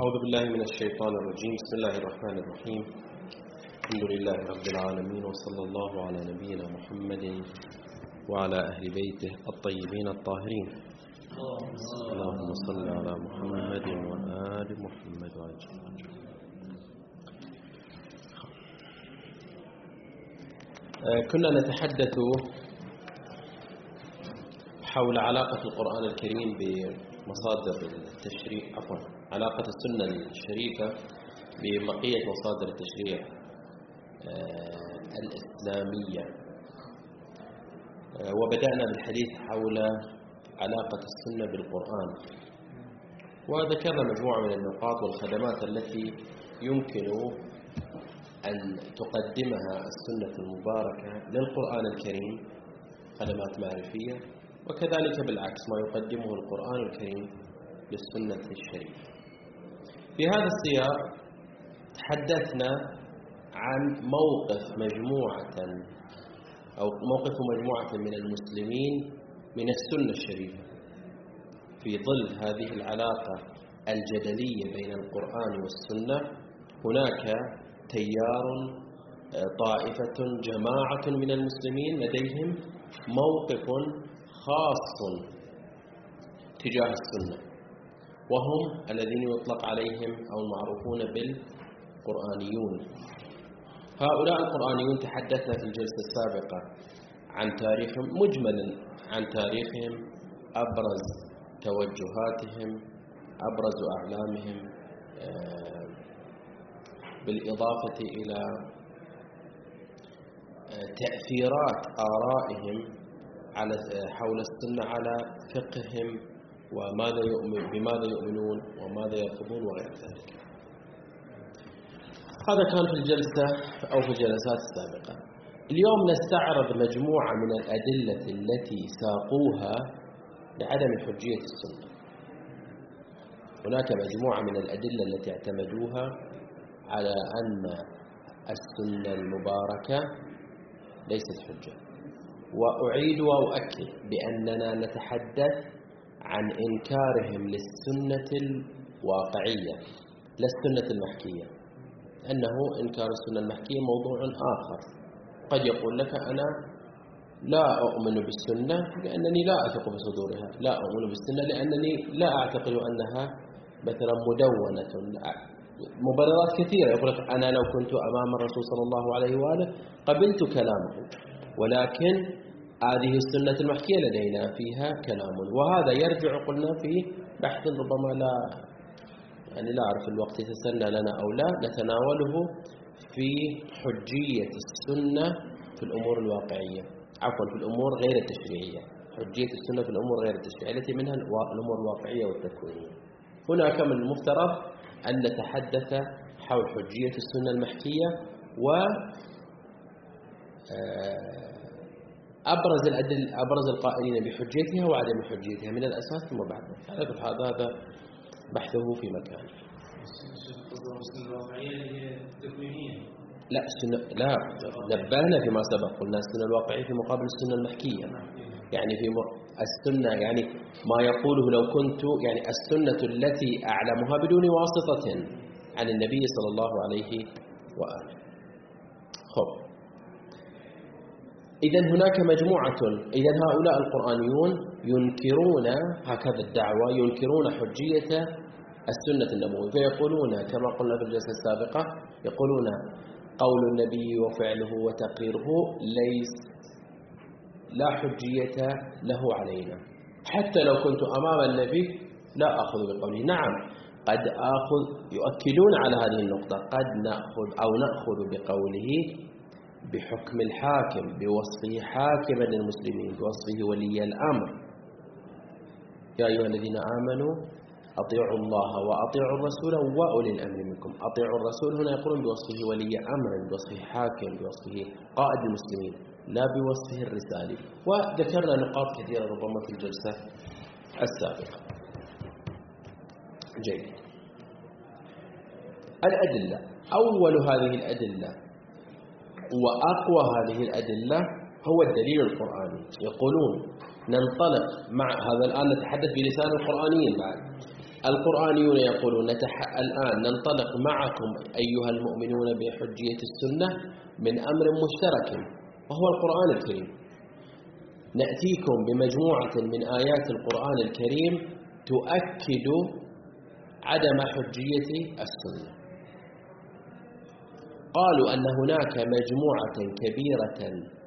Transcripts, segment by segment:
أعوذ بالله من الشيطان الرجيم. بسم الله الرحمن الرحيم. الحمد لله رب العالمين، وصلى الله على نبينا محمد وعلى أهل بيته الطيبين الطاهرين. اللهم صل على محمد وآل محمد وعلى كنا نتحدث حول علاقة القرآن الكريم بمصادر التشريع، علاقة السنة الشريفة ببقية مصادر التشريع الإسلامية، وبدأنا بالحديث حول علاقة السنة بالقرآن، وذكرنا مجموعة من النقاط والخدمات التي يمكن أن تقدمها السنة المباركة للقرآن الكريم، خدمات معرفية، وكذلك بالعكس ما يقدمه القرآن الكريم للسنة الشريفة. في هذا السياق تحدثنا عن موقف مجموعة من المسلمين من السنة الشريفة في ظل هذه العلاقة الجدلية بين القرآن والسنة. هناك تيار، طائفة، جماعة من المسلمين لديهم موقف خاص تجاه السنة، وهم الذين يطلق عليهم أو المعروفون بالقرآنيون. هؤلاء القرآنيون تحدثنا في الجلسة السابقة عن تاريخهم مجملا، عن تاريخهم، أبرز توجهاتهم، أبرز أعلامهم، بالإضافة إلى تأثيرات آرائهم حول السنة على فقههم، بماذا يؤمنون وماذا يرفضون وغير ذلك. هذا كان في الجلسة أو في الجلسات السابقة. اليوم نستعرض مجموعة من الأدلة التي ساقوها لعدم حجية السنة. هناك مجموعة من الأدلة التي اعتمدوها على أن السنة المباركة ليست حجة. وأعيد وأؤكد بأننا نتحدث عن إنكارهم للسنة الواقعية لا السنة المحكية، أنه إنكار السنة المحكية موضوع آخر. قد يقول لك أنا لا أؤمن بالسنة لأنني لا أثق بصدورها، لا أؤمن بالسنة لأنني لا أعتقد أنها مثلا مدونة، مبررات كثيرة. يقول لك أنا لو كنت أمام الرسول صلى الله عليه وآله قبلت كلامه، ولكن هذه السنة المحكية لدينا فيها كلام. وهذا يرجع، قلنا، في بحث ربما لا أعرف الوقت يتسنى لنا أو لا، نتناوله في حجية السنة في الأمور الواقعية، في الأمور غير التشريعية. حجية السنة في الأمور غير التشريعية التي منها الأمور الواقعية والتكوينية. هناك من المفترض أن نتحدث حول حجية السنة المحكية و أبرز القائلين بحجيتها وعدم حجيتها من الأساس، ثم بعد هذا بحثه في مكانه. السنة الواقعية هي التكوينية. لا نبهنا فيما سبق، قلنا السنة الواقعية في مقابل السنة المحكية. يعني في السنة، يعني ما يقوله لو كنت، يعني السنة التي أعلمها بدون واسطة عن النبي صلى الله عليه وآله. إذن هناك مجموعة، إذن هؤلاء القرآنيون ينكرون هكذا الدعوة، ينكرون حجية السنة النبوية، فيقولون كما قلنا في الجلسة السابقة، يقولون قول النبي وفعله وتقريره لا حجية له علينا، حتى لو كنت أمام النبي لا أخذ بقوله. نعم، قد آخذ، يؤكدون على هذه النقطة، قد نأخذ بقوله بحكم الحاكم، بوصفه حاكما للمسلمين، بوصفه ولي الأمر. يا أيها الذين آمنوا أطيعوا الله وأطيعوا الرسول وأولي الأمر منكم. أطيعوا الرسول هنا يقولون بوصفه ولي أمر، بوصفه حاكم، بوصفه قائد المسلمين، لا بوصفه الرسالي. وذكرنا نقاط كثيرة ربما في الجلسة السابقة. جيد. الأدلة، أول هذه الأدلة وأقوى هذه الأدلة هو الدليل القرآني. يقولون ننطلق مع هذا، الآن نتحدث بلسان القرآنيين بعد، القرآنيون يقولون الآن ننطلق معكم أيها المؤمنون بحجية السنة من أمر مشترك وهو القرآن الكريم. نأتيكم بمجموعة من آيات القرآن الكريم تؤكد عدم حجية السنة. قالوا أن هناك مجموعة كبيرة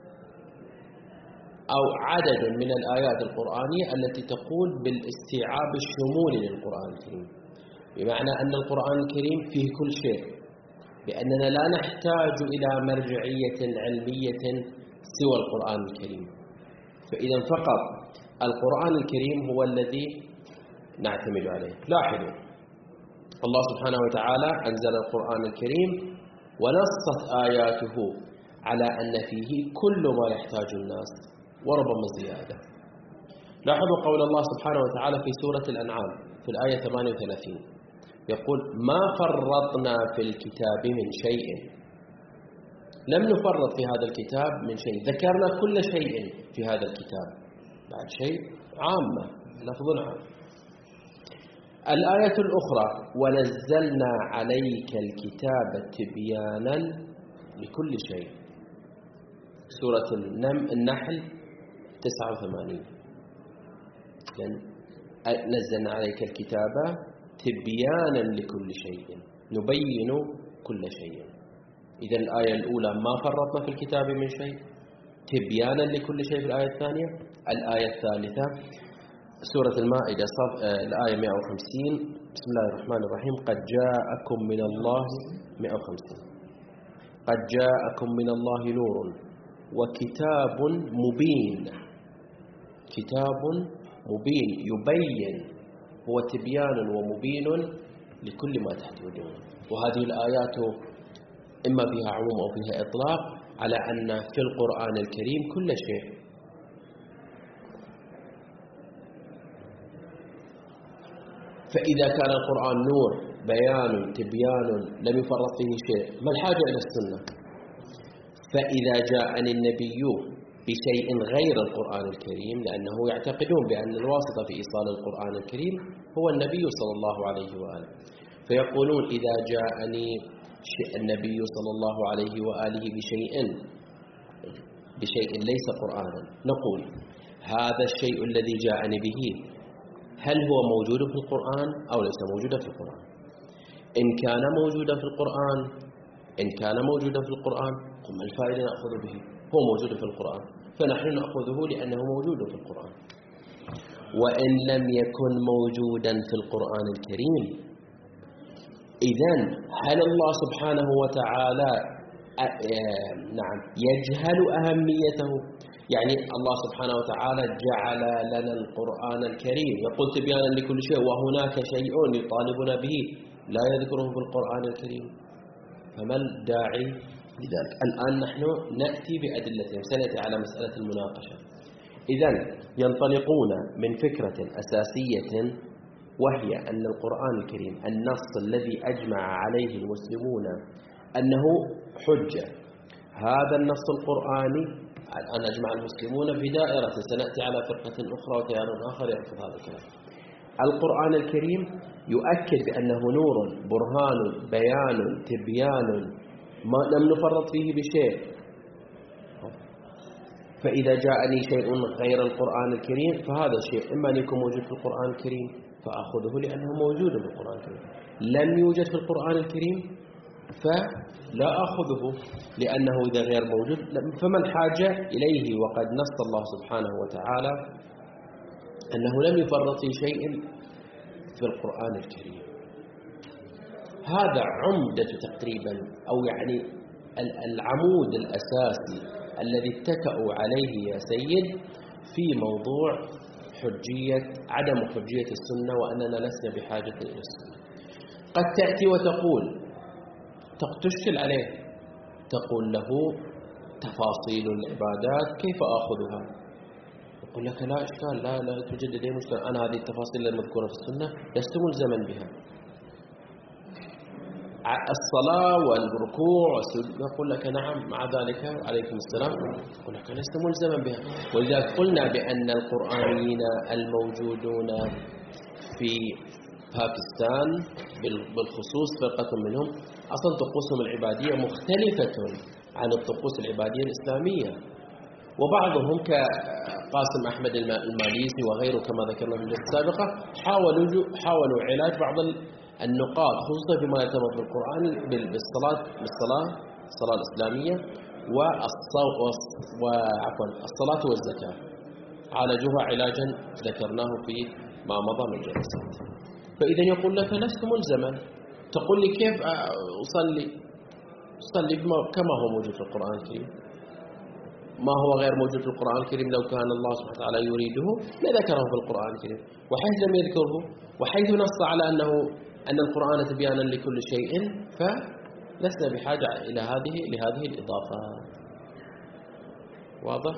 أو عدد من الآيات القرآنية التي تقول بالاستيعاب الشمولي للقرآن الكريم، بمعنى أن القرآن الكريم فيه كل شيء، بأننا لا نحتاج إلى مرجعية علمية سوى القرآن الكريم. فإذا فقط القرآن الكريم هو الذي نعتمد عليه. لاحظوا الله سبحانه وتعالى أنزل القرآن الكريم ونصت آياته على أن فيه كل ما يحتاج الناس وربما زيادة. لاحظوا قول الله سبحانه وتعالى في سورة الأنعام في الآية 38 يقول ما فرطنا في الكتاب من شيء، لم نفرط في هذا الكتاب من شيء، ذكرنا كل شيء في هذا الكتاب، بعد شيء عامة لفظ عام. الآية الأخرى ونزلنا عليك الكتاب تبيانا لكل شيء، سورة النحل 89 نزلنا عليك الكتاب تبيانا لكل شيء نبين كل شيء. إذا الآية الأولى ما فرطنا في الكتاب من شيء، تبيانا لكل شيء في الآية الثانية. الآية الثالثة سورة المائدة الآية 150 بسم الله الرحمن الرحيم قد جاءكم من الله 150 قد جاءكم من الله نور وكتاب مبين، كتاب مبين يبين، هو تبيان ومبين لكل ما تحتاجون. وهذه الآيات إما فيها عموم أو فيها إطلاق على أن في القرآن الكريم كل شيء. فإذا كان القرآن نور بيان تبيان لم يفرط فيه شيء، ما الحاجة إلى السنة؟ فإذا جاءني النبي بشيء غير القرآن الكريم، لأنه يعتقدون بأن الواسطة في إيصال القرآن الكريم هو النبي صلى الله عليه وآله، فيقولون إذا جاءني النبي صلى الله عليه وآله بشيء ليس قرآنا، نقول هذا الشيء الذي جاءني به هل هو موجود في القرآن أو ليس موجودا في القرآن؟ إن كان موجودا في القرآن ثم الفائدة نأخذ به، هو موجود في القرآن فنحن نأخذه لأنه موجود في القرآن. وإن لم يكن موجودا في القرآن الكريم، إذن هل الله سبحانه وتعالى يجهل أهميته؟ يعني الله سبحانه وتعالى جعل لنا القرآن الكريم يقول تبيانا لكل شيء، وهناك شيء يطالبنا به لا يذكره في القرآن الكريم، فما الداعي لذلك؟ الآن نحن نأتي بأدلتهم، سنأتي على مسألة المناقشة. إذن ينطلقون من فكرة أساسية وهي أن القرآن الكريم النص الذي أجمع عليه المسلمون أنه حجة، هذا النص القرآني الآن أجمع المسلمون في دائرة، سنأتي على فرقة أخرى وتيار آخر يأخذ هذا الكلام. القرآن الكريم يؤكد بأنه نور برهان بيان تبيان ما لم نفرط فيه بشيء. فإذا جاءني شيء غير القرآن الكريم فهذا الشيء إما أن يكون موجود في القرآن الكريم فأخذه لأنه موجود في القرآن الكريم، لم يوجد في القرآن الكريم فلا أخذه لأنه إذا غير موجود فما الحاجة إليه؟ وقد نص الله سبحانه وتعالى أنه لم يفرط في شيء في القرآن الكريم. هذا عمدة تقريبا أو يعني العمود الأساسي الذي اتكأوا عليه يا سيد في موضوع عدم حجية السنة، وأننا لسنا بحاجة إلى السنة. قد تأتي وتقول تشكل عليه، تقول له تفاصيل العبادات كيف أخذها؟ يقول لك لا إشكال، لا توجد لدي مشكلة، أنا هذه التفاصيل المذكورة في السنة لست ملزما بها. الصلاة والركوع والسجود يقول لك نعم، مع ذلك عليكم السلام يقول لك لست ملزما بها. ولذلك قلنا بأن القرآنيين الموجودون في باكستان بالخصوص فرقة منهم أصلا طقوسهم العبادية مختلفة عن الطقوس العبادية الإسلامية. وبعضهم كقاسم أحمد الماليسي وغيره كما ذكرنا في الجلسة السابقة حاولوا علاج بعض النقاط خصوصا فيما يرتبط بالقرآن الصلاة الإسلامية والصلاة والزكاة، عالجوها علاجا ذكرناه في ما مضى من جلسات. فإذا يقول لك لست ملزما، تقول لي كيف أصلي كما هو موجود في القرآن الكريم. ما هو غير موجود في القرآن الكريم لو كان الله سبحانه وتعالى يريده لذكره في القرآن الكريم، وحيث لم يذكره وحيث نص على أن القرآن تبيانا لكل شيء فلسنا بحاجة إلى لهذه الإضافات. واضح؟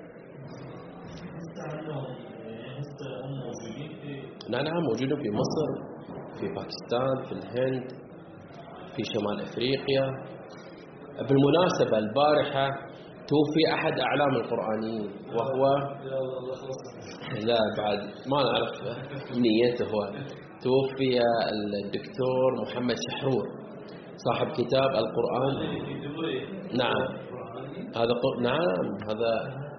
نعم موجود في مصر، في باكستان، في الهند، في شمال أفريقيا. بالمناسبة البارحة توفي أحد أعلام القرآنيين وهو لا بعد ما نعرف نيته، هو توفي الدكتور محمد شحرور صاحب كتاب القرآن. نعم هذا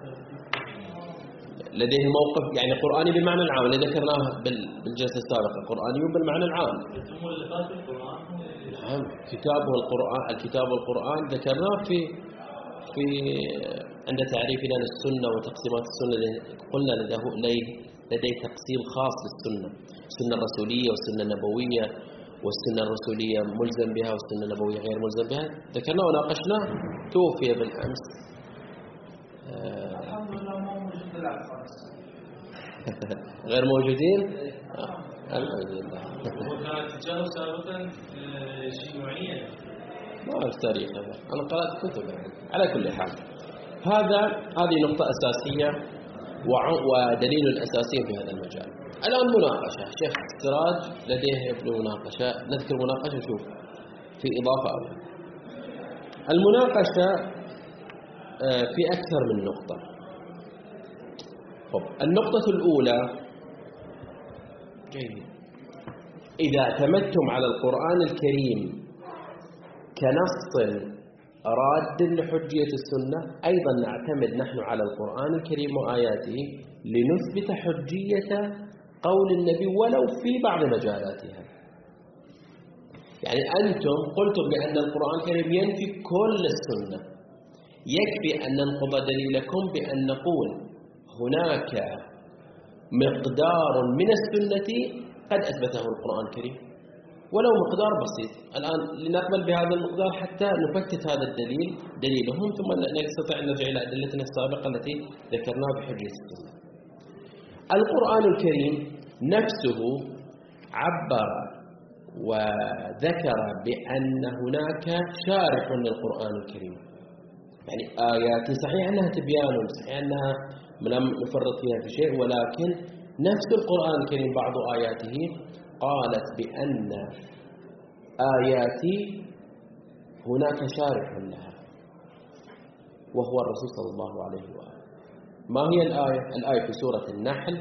لديه موقف يعني قرآني بالمعنى العام اللي ذكرناه بالجلسة السابقة، قرآني بالمعنى العام. نعم كتابه الكتاب والقرآن ذكرناه في عند تعريفنا للسنة وتقسيمات السنة قلنا لديه تقسيم خاص للسنة، السنة الرسولية والسنة النبوية، والسنة الرسولية ملزم بها والسنة النبوية غير ملزم بها، ذكرناه وناقشناه. توفي بالأمس. غير موجودين؟ الحمد لله. وكانت تجارب سابقا شيوعية. ما أعرف تاريخ هذا، أنا قرأت كتب يعني. على كل حال هذه نقطة أساسية ودليل أساسي في هذا المجال. الآن مناقشة، شيخ سراج لديه يبدو مناقشة، نذكر مناقشة نشوف في إضافة أو لا. المناقشة في أكثر من نقطة. النقطة الأولى إذا اعتمدتم على القرآن الكريم كنص راد لحجية السنة، أيضا نعتمد نحن على القرآن الكريم وآياته لنثبت حجية قول النبي ولو في بعض مجالاتها. يعني أنتم قلتم بأن القرآن الكريم ينفي كل السنة، يكفي أن ننقض دليلكم بأن نقول هناك مقدار من السنة قد أثبته القرآن الكريم ولو مقدار بسيط. الآن لنقبل بهذا المقدار حتى نفتت هذا دليلهم، ثم نستطيع أن نرجع إلى أدلتنا السابقة التي ذكرناها بحجية السنة. القرآن الكريم نفسه عبر وذكر بأن هناك شارح للقرآن الكريم، يعني آيات صحيح أنها تبيان، صحيح أنها لم نفرط فيها في شيء، ولكن نفس القرآن الكريم بعض آياته قالت بأن آياتي هناك شارح لها وهو الرسول صلى الله عليه وآله. ما هي الآية؟ الآية في سورة النحل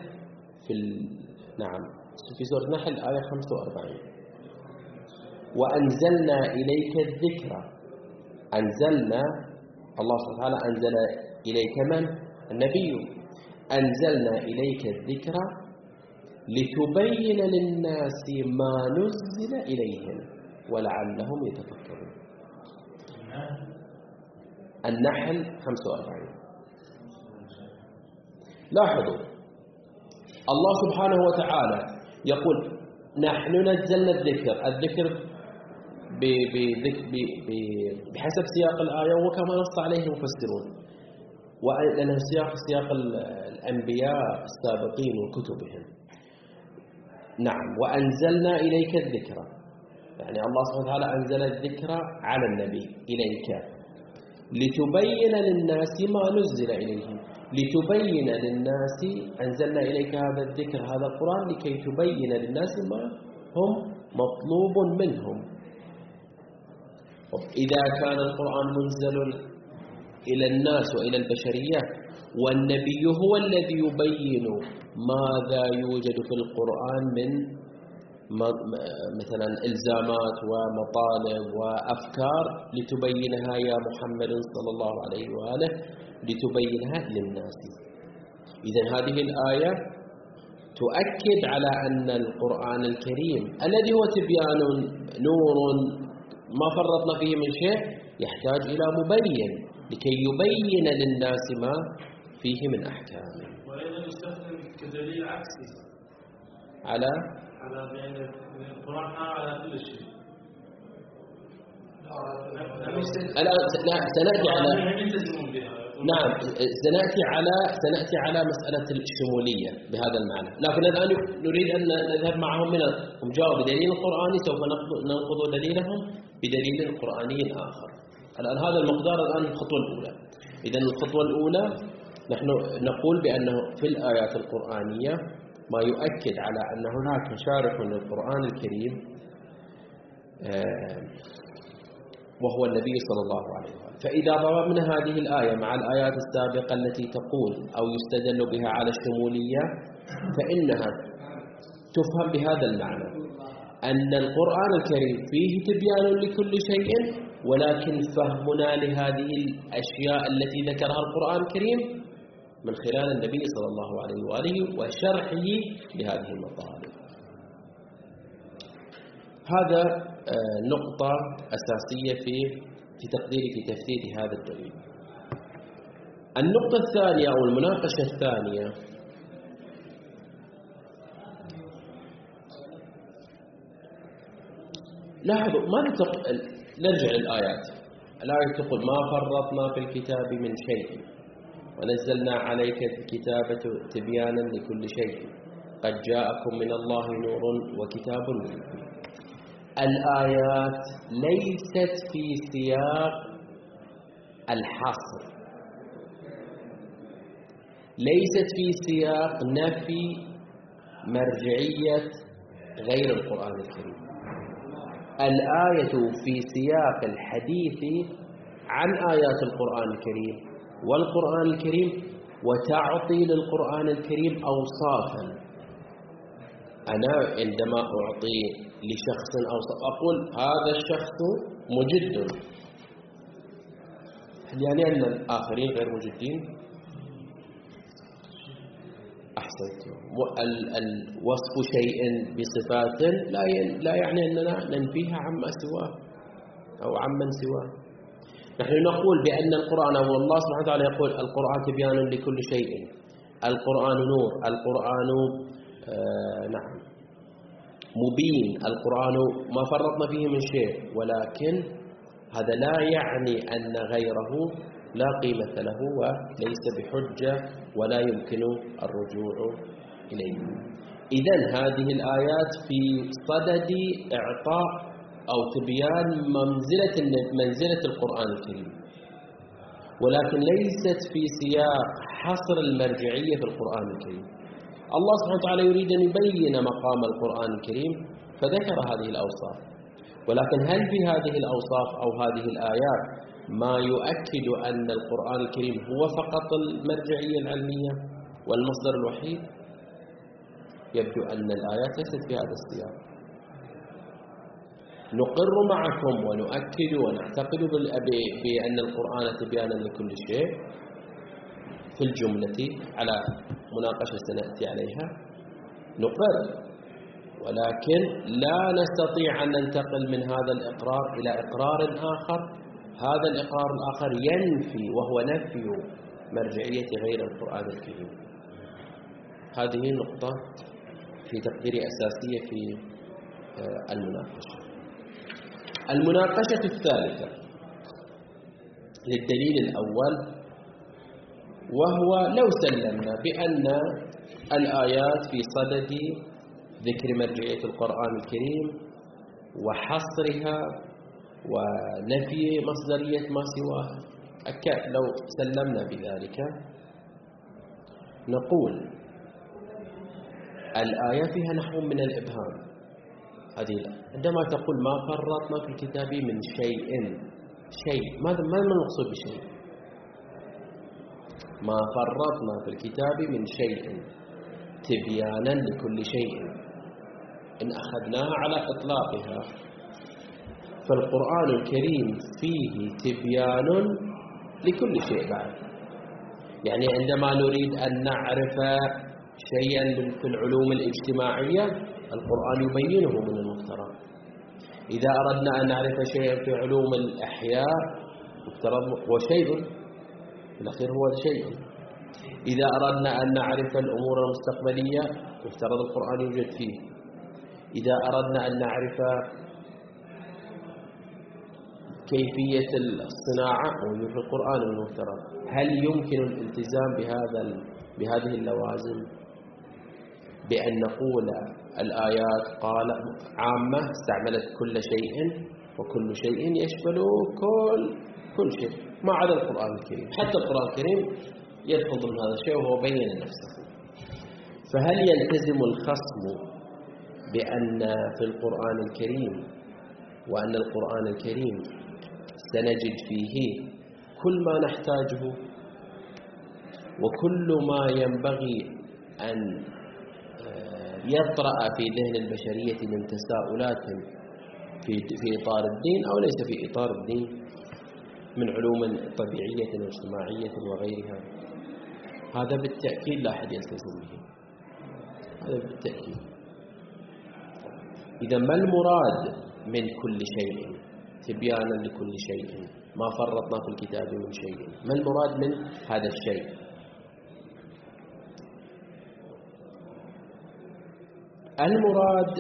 في سورة النحل آية 45: وأنزلنا إليك الذكر. أنزلنا، الله سبحانه وتعالى أنزل إليك من؟ النبي. أنزلنا إليك الذكر لتبين للناس ما نزل إليهم ولعلهم يتفكرون. النحل 45. لاحظوا الله سبحانه وتعالى يقول نحن نزلنا الذكر بحسب سياق الآية وكما نص عليه المفسرون، ولأنه سياق الأنبياء السابقين وكتبهم. نعم، وأنزلنا إليك الذكر، يعني الله سبحانه وتعالى أنزل الذكر على النبي إليك لتبين للناس ما نزل إليهم. لتبين للناس أنزلنا إليك هذا الذكر، هذا القرآن لكي تبين للناس ما هم مطلوب منهم. إذا كان القرآن منزل إلى الناس وإلى البشرية والنبي هو الذي يبين ماذا يوجد في القرآن من مثلا إلزامات ومطالب وأفكار لتبينها يا محمد صلى الله عليه وآله، لتبينها للناس. إذن هذه الآية تؤكد على أن القرآن الكريم الذي هو تبيان نور ما فرطنا فيه من شيء يحتاج إلى مبين لكي يبين للناس ما فيه من أحكام. وأيضا يستخدم كدليل عكسي على بأن القرآن على كل شيء. الآن سنأتي على نعم سنأتي على مسألة الشمولية بهذا المعنى، لكن الآن نريد أن نذهب معهم من هم جاءوا بدليل قرآني، سوف ننقض دليلهم بدليل قرآني آخر. الآن هذا المقدار الآن الخطوة الأولى. إذن الخطوة الأولى نحن نقول بأنه في الآيات القرآنية ما يؤكد على أن هناك شارح للقرآن الكريم وهو النبي صلى الله عليه وسلم. فإذا ضربنا هذه الآية مع الآيات السابقة التي تقول أو يستدل بها على الشمولية، فإنها تفهم بهذا المعنى أن القرآن الكريم فيه تبيان لكل شيء، ولكن فهمنا لهذه الأشياء التي ذكرها القرآن الكريم من خلال النبي صلى الله عليه وآله وشرحه لهذه المطالب. هذا نقطة أساسية في تقديري في تفسير هذا الدليل. النقطة الثانية أو المناقشة الثانية، لاحظوا ماذا نرجع للآيات. الآية تقول ما فرطنا في الكتاب من شيء ونزلنا عليك الكتاب تبيانا لكل شيء قد جاءكم من الله نور وكتاب مبين. الآيات ليست في سياق الحصر، ليست في سياق نفي مرجعية غير القرآن الكريم. الآية في سياق الحديث عن آيات القرآن الكريم والقرآن الكريم، وتعطي للقرآن الكريم أوصافا. أنا عندما أعطي لشخص أوصاف أقول هذا الشخص مجد، يعني أن الآخرين غير مجدين؟ أحسنت. الوصف شيء بصفات لا يعني أننا ننفيها عما سواه أو عمن سواه. نحن نقول بأن القرآن والله سبحانه وتعالى يقول القرآن تبيان لكل شيء، القرآن نور، القرآن نعم مبين، القرآن ما فرطنا فيه من شيء، ولكن هذا لا يعني أن غيره لا قيمة له وليس بحجة ولا يمكن الرجوع إليه. إذن هذه الآيات في صدد إعطاء أو تبيان منزلة القرآن الكريم، ولكن ليست في سياق حصر المرجعية في القرآن الكريم. الله سبحانه وتعالى يريد أن يبين مقام القرآن الكريم فذكر هذه الأوصاف، ولكن هل في هذه الأوصاف أو هذه الآيات ما يؤكد أن القرآن الكريم هو فقط المرجعية العلمية والمصدر الوحيد؟ يبدو أن الآيات ليست في هذا السياق. نقر معكم ونؤكد ونعتقد بأن القرآن تبيانا لكل شيء في الجملة على مناقشة سنأتي عليها، نقر، ولكن لا نستطيع أن ننتقل من هذا الإقرار إلى إقرار آخر. هذا الإقرار الآخر ينفي، وهو نفي مرجعية غير القرآن الكريم. هذه نقطة في تقديري أساسية في المناقشة. المناقشة الثالثة للدليل الأول، وهو لو سلمنا بأن الآيات في صدد ذكر مرجعية القرآن الكريم وحصرها ونفي مصدرية ما سواه، لو سلمنا بذلك نقول الآية فيها نحو من الإبهام. هذه عندما تقول ما فرطنا في الكتاب من شيء، ما المقصود بشيء؟ ما فرطنا في الكتاب من شيء تبيانا لكل شيء. إن أخذناها على إطلاقها فالقرآن الكريم فيه تبيان لكل شيء بعد. يعني عندما نريد أن نعرف شيئا في العلوم الاجتماعية القرآن يبينه من المفترض. إذا أردنا أن نعرف شيئا في علوم الأحياء مفترض هو شيء في الأخير هو شيء. إذا أردنا أن نعرف الأمور المستقبلية مفترض القرآن يوجد فيه. إذا أردنا أن نعرف كيفية الصناعة موجود في القرآن المفترض. هل يمكن الالتزام بهذه اللوازم بأن نقول الآيات قال عامة استعملت كل شيء وكل شيء يشمل كل شيء ما عدا القرآن الكريم؟ حتى القرآن الكريم يدخل ضمن هذا الشيء وهو بين نفسه. فهل يلتزم الخصم بأن في القرآن الكريم وأن القرآن الكريم سنجد فيه كل ما نحتاجه وكل ما ينبغي أن يطرأ في ذهن البشرية من تساؤلات في إطار الدين أو ليس في إطار الدين من علوم طبيعية واجتماعية وغيرها؟ هذا بالتأكيد لا أحد يلتزم به، هذا بالتأكيد. إذا ما المراد من كل شيء تبيانا لكل شيء؟ ما فرطنا في الكتاب من شيء. ما المراد من هذا الشيء؟ المراد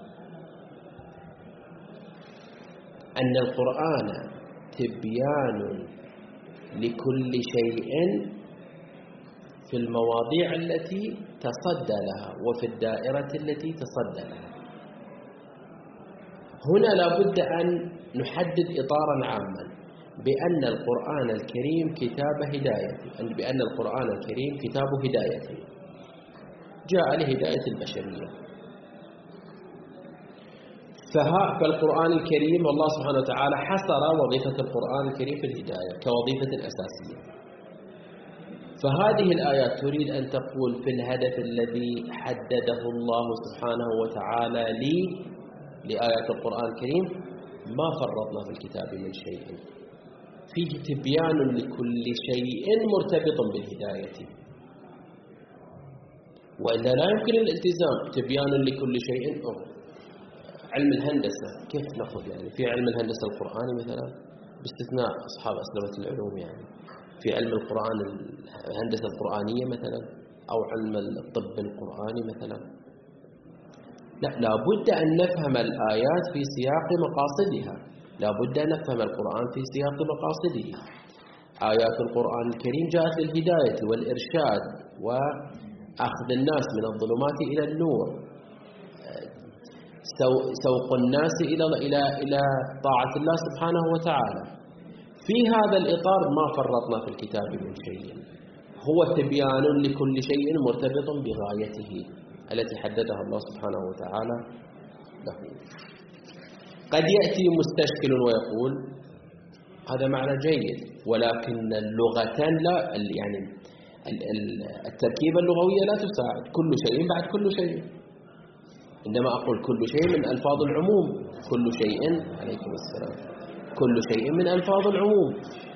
أن القرآن تبيان لكل شيء في المواضيع التي تصدى لها وفي الدائرة التي تصدى لها. هنا لابد أن نحدد إطارا عاما بأن القرآن الكريم كتاب هداية، بأن القرآن الكريم كتاب هداية جاء لهداية البشرية. فالقرآن الكريم والله سبحانه وتعالى حصر وظيفة القرآن الكريم في الهداية كوظيفة أساسية. فهذه الآيات تريد أن تقول في الهدف الذي حدده الله سبحانه وتعالى لآيات القرآن الكريم ما فرطنا في الكتاب من شيء، فيه تبيان لكل شيء مرتبط بالهداية، وإلا لا يمكن الالتزام. تبيان لكل شيء. علم الهندسة كيف نأخذ؟ يعني في علم الهندسة القرآني مثلا باستثناء أصحاب أسلمة العلوم، يعني في علم القرآن الهندسة القرآنية مثلا أو علم الطب القرآني مثلا. لا، لابد أن نفهم الآيات في سياق مقاصدها، لابد أن نفهم القرآن في سياق مقاصده. آيات القرآن الكريم جاءت للهداية والإرشاد وأخذ الناس من الظلمات إلى النور، سوق الناس إلى طاعة الله سبحانه وتعالى. في هذا الإطار ما فرطنا في الكتاب من شيء، هو تبيان لكل شيء مرتبط بغايته التي حددها الله سبحانه وتعالى له. قد يأتي مستشكل ويقول هذا معنى جيد، ولكن اللغة لا، يعني التركيبة اللغوية لا تساعد. كل شيء بعد كل شيء. عندما أقول كل شيء من ألفاظ العموم، كل شيء عليكم السلام، كل شيء من ألفاظ العموم.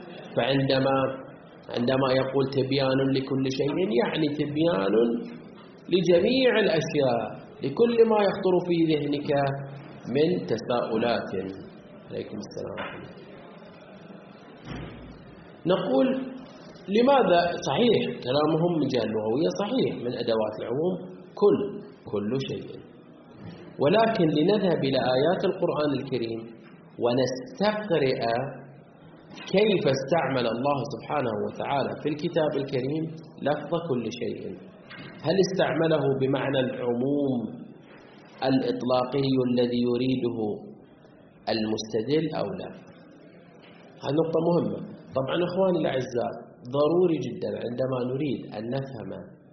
فعندما يقول تبيان لكل شيء يعني تبيان لجميع الأشياء، لكل ما يخطر في ذهنك من تساؤلات. عليكم السلام. نقول لماذا؟ صحيح كلامهم من جهة اللغوية صحيح، من أدوات العموم كل شيء، ولكن لنذهب إلى آيات القرآن الكريم ونستقرئ كيف استعمل الله سبحانه وتعالى في الكتاب الكريم لفظ كل شيء. هل استعمله بمعنى العموم الإطلاقي الذي يريده المستدل أو لا؟ هذه نقطة مهمة. طبعا إخواني الأعزاء، ضروري جدا عندما نريد أن نفهم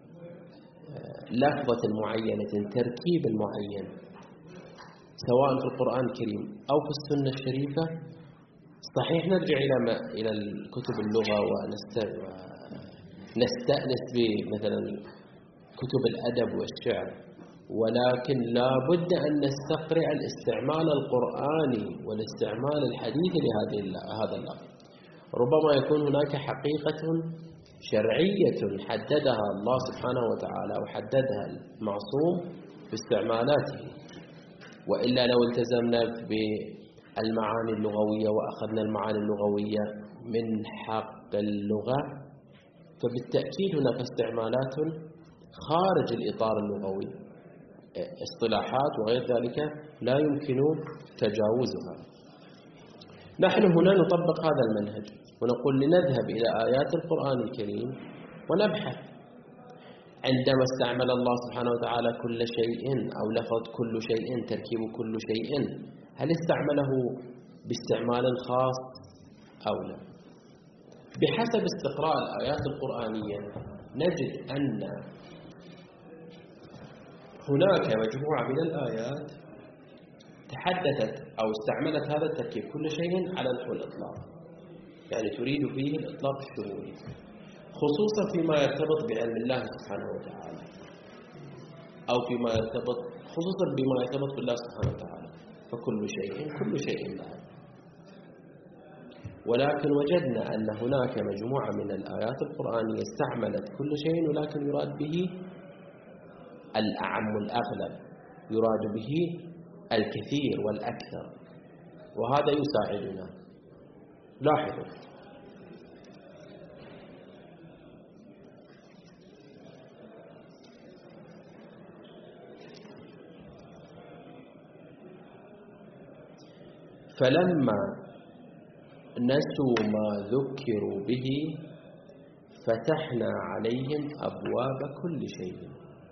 لفظة معينة، تركيب المعين، سواء في القرآن الكريم أو في السنة الشريفة، صحيح نرجع إلى الكتب اللغة ونستأنس بمثلا كتب الأدب والشعر، ولكن لا بد أن نستقرئ الاستعمال القرآني والاستعمال الحديث لهذا اللفظ. ربما يكون هناك حقيقة شرعية حددها الله سبحانه وتعالى وحددها المعصوم باستعمالاته، وإلا لو التزمنا بالمعاني اللغوية وأخذنا المعاني اللغوية من حق اللغة فبالتأكيد هناك استعمالات خارج الإطار اللغوي، اصطلاحات وغير ذلك لا يمكن تجاوزها. نحن هنا نطبق هذا المنهج ونقول لنذهب إلى آيات القرآن الكريم ونبحث. عندما استعمل الله سبحانه وتعالى كل شيء أو لفظ كل شيء تركيب كل شيء، هل استعمله باستعمال خاص أو لا؟ بحسب استقراء الآيات القرآنية نجد أن هناك مجموعة من الآيات تحدثت أو استعملت هذا التركيب كل شيء على نحو الإطلاق، يعني تريد فيه الإطلاق الشمولي، خصوصا فيما يرتبط بعلم الله سبحانه وتعالى، أو فيما يرتبط خصوصا بما يرتبط بالله سبحانه وتعالى، فكل شيء له. ولكن وجدنا أن هناك مجموعة من الآيات القرآنية استعملت كل شيء، ولكن يراد به الأعم الأغلب، يراد به الكثير والأكثر، وهذا يساعدنا. لاحظوا فلما نسوا ما ذكروا به فتحنا عليهم أبواب كل شيء.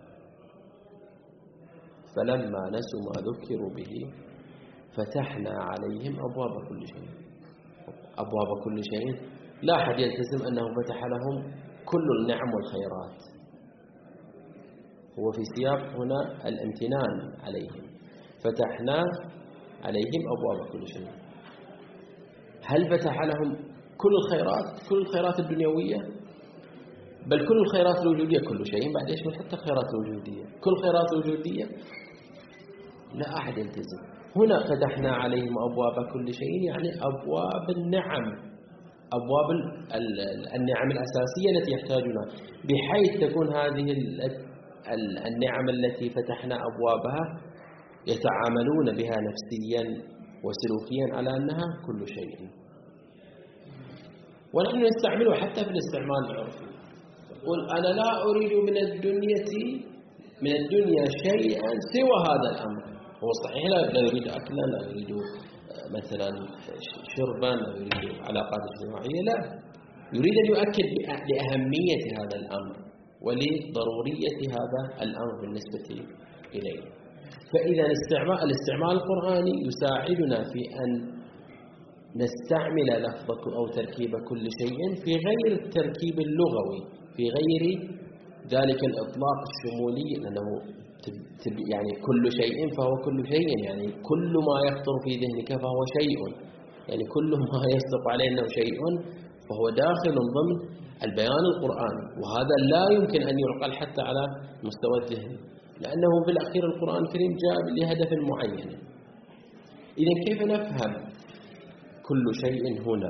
فلما نسوا ما ذكروا به فتحنا عليهم أبواب كل شيء. أبواب كل شيء لا أحد يلتزم أنه فتح لهم كل النعم والخيرات، هو في سياق هنا الامتنان عليهم، فتحنا عليهم أبواب كل شيء. هل فتح لهم كل الخيرات الدنيوية؟ بل كل الخيرات الوجودية، كل شيء بعد إيش حتى الخيرات الوجودية، كل الخيرات الوجودية لا أحد يلتزم. هنا فتحنا عليهم أبواب كل شيء، يعني أبواب النعم، أبواب النعم الأساسية التي يحتاجونها، بحيث تكون هذه النعم التي فتحنا أبوابها يتعاملون بها نفسيا وسلوكيا على أنها كل شيء. ونحن نستعمله حتى في الاستعمال العرفي، قل أنا لا أريد من الدنيا شيئا سوى هذا الأمر. هو صحيح لا يريد أكلا، لا يريد مثلا شربا، لا يريد علاقات اجتماعية، لا، يريد أن يؤكد لأهمية هذا الأمر ولضرورية هذا الأمر بالنسبة إليه. فإذا الاستعمال القرآني يساعدنا في أن نستعمل لفظ أو تركيب كل شيء في غير التركيب اللغوي، في غير ذلك الإطلاق الشمولي، لأنه يعني كل شيء فهو كل شيء، يعني كل ما يخطر في ذهنك فهو شيء، يعني كل ما يصدق عليه أنه شيء فهو داخل ضمن البيان القرآني، وهذا لا يمكن أن يعقل حتى على مستوى الذهن، لأنه في الأخير القرآن الكريم جاء لهدف معين. إذن كيف نفهم كل شيء هنا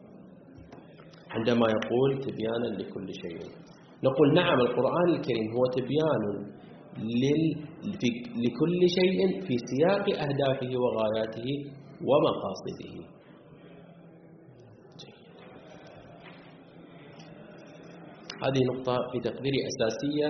عندما يقول تبيانا لكل شيء؟ نقول نعم، القرآن الكريم هو تبيان لكل شيء في سياق أهدافه وغاياته ومقاصده. هذه نقطة في تقديري أساسية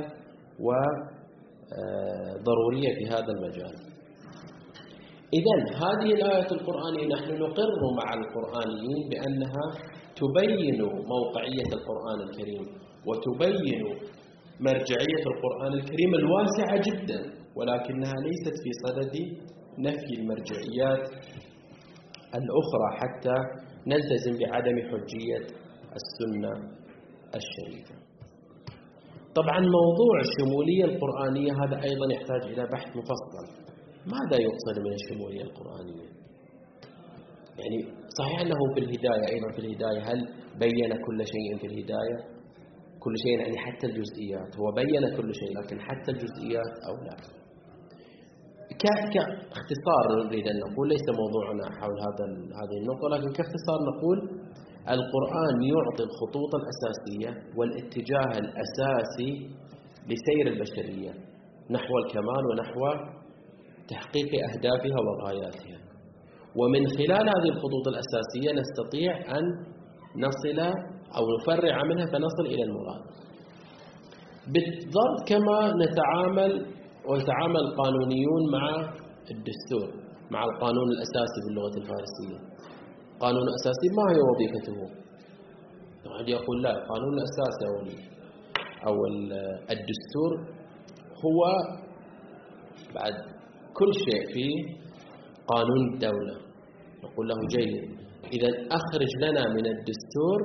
وضرورية في هذا المجال. إذن هذه الآية القرآنية نحن نقر مع القرآنيين بأنها تبين موقعية القرآن الكريم وتبين مرجعية القرآن الكريم الواسعة جدا، ولكنها ليست في صدد نفي المرجعيات الأخرى حتى نلتزم بعدم حجية السنة الشريفة. طبعا موضوع الشمولية القرآنية هذا أيضا يحتاج إلى بحث مفصل. ماذا يقصد من الشمولية القرآنية؟ يعني صحيح أنه في الهداية، أيضا في الهداية هل بين كل شيء في الهداية؟ كل شيء يعني حتى الجزئيات، هو بين كل شيء لكن حتى الجزئيات أو لا؟ كاختصار نريد أن نقول، ليس موضوعنا حول هذه النقطة، لكن كاختصار نقول القرآن يعطي الخطوط الأساسية والاتجاه الأساسي لسير البشرية نحو الكمال ونحو تحقيق أهدافها وغاياتها، ومن خلال هذه الخطوط الأساسية نستطيع أن نصل أو نفرع منها فنصل إلى المراد. بالضبط كما ويتعامل القانونيون مع الدستور، مع القانون الأساسي باللغة الفارسية. القانون الأساسي ما هي وظيفته؟ واحد يقول لا، القانون الأساسي أو الدستور هو بعد كل شيء في قانون الدولة. نقول له جيد، إذا أخرج لنا من الدستور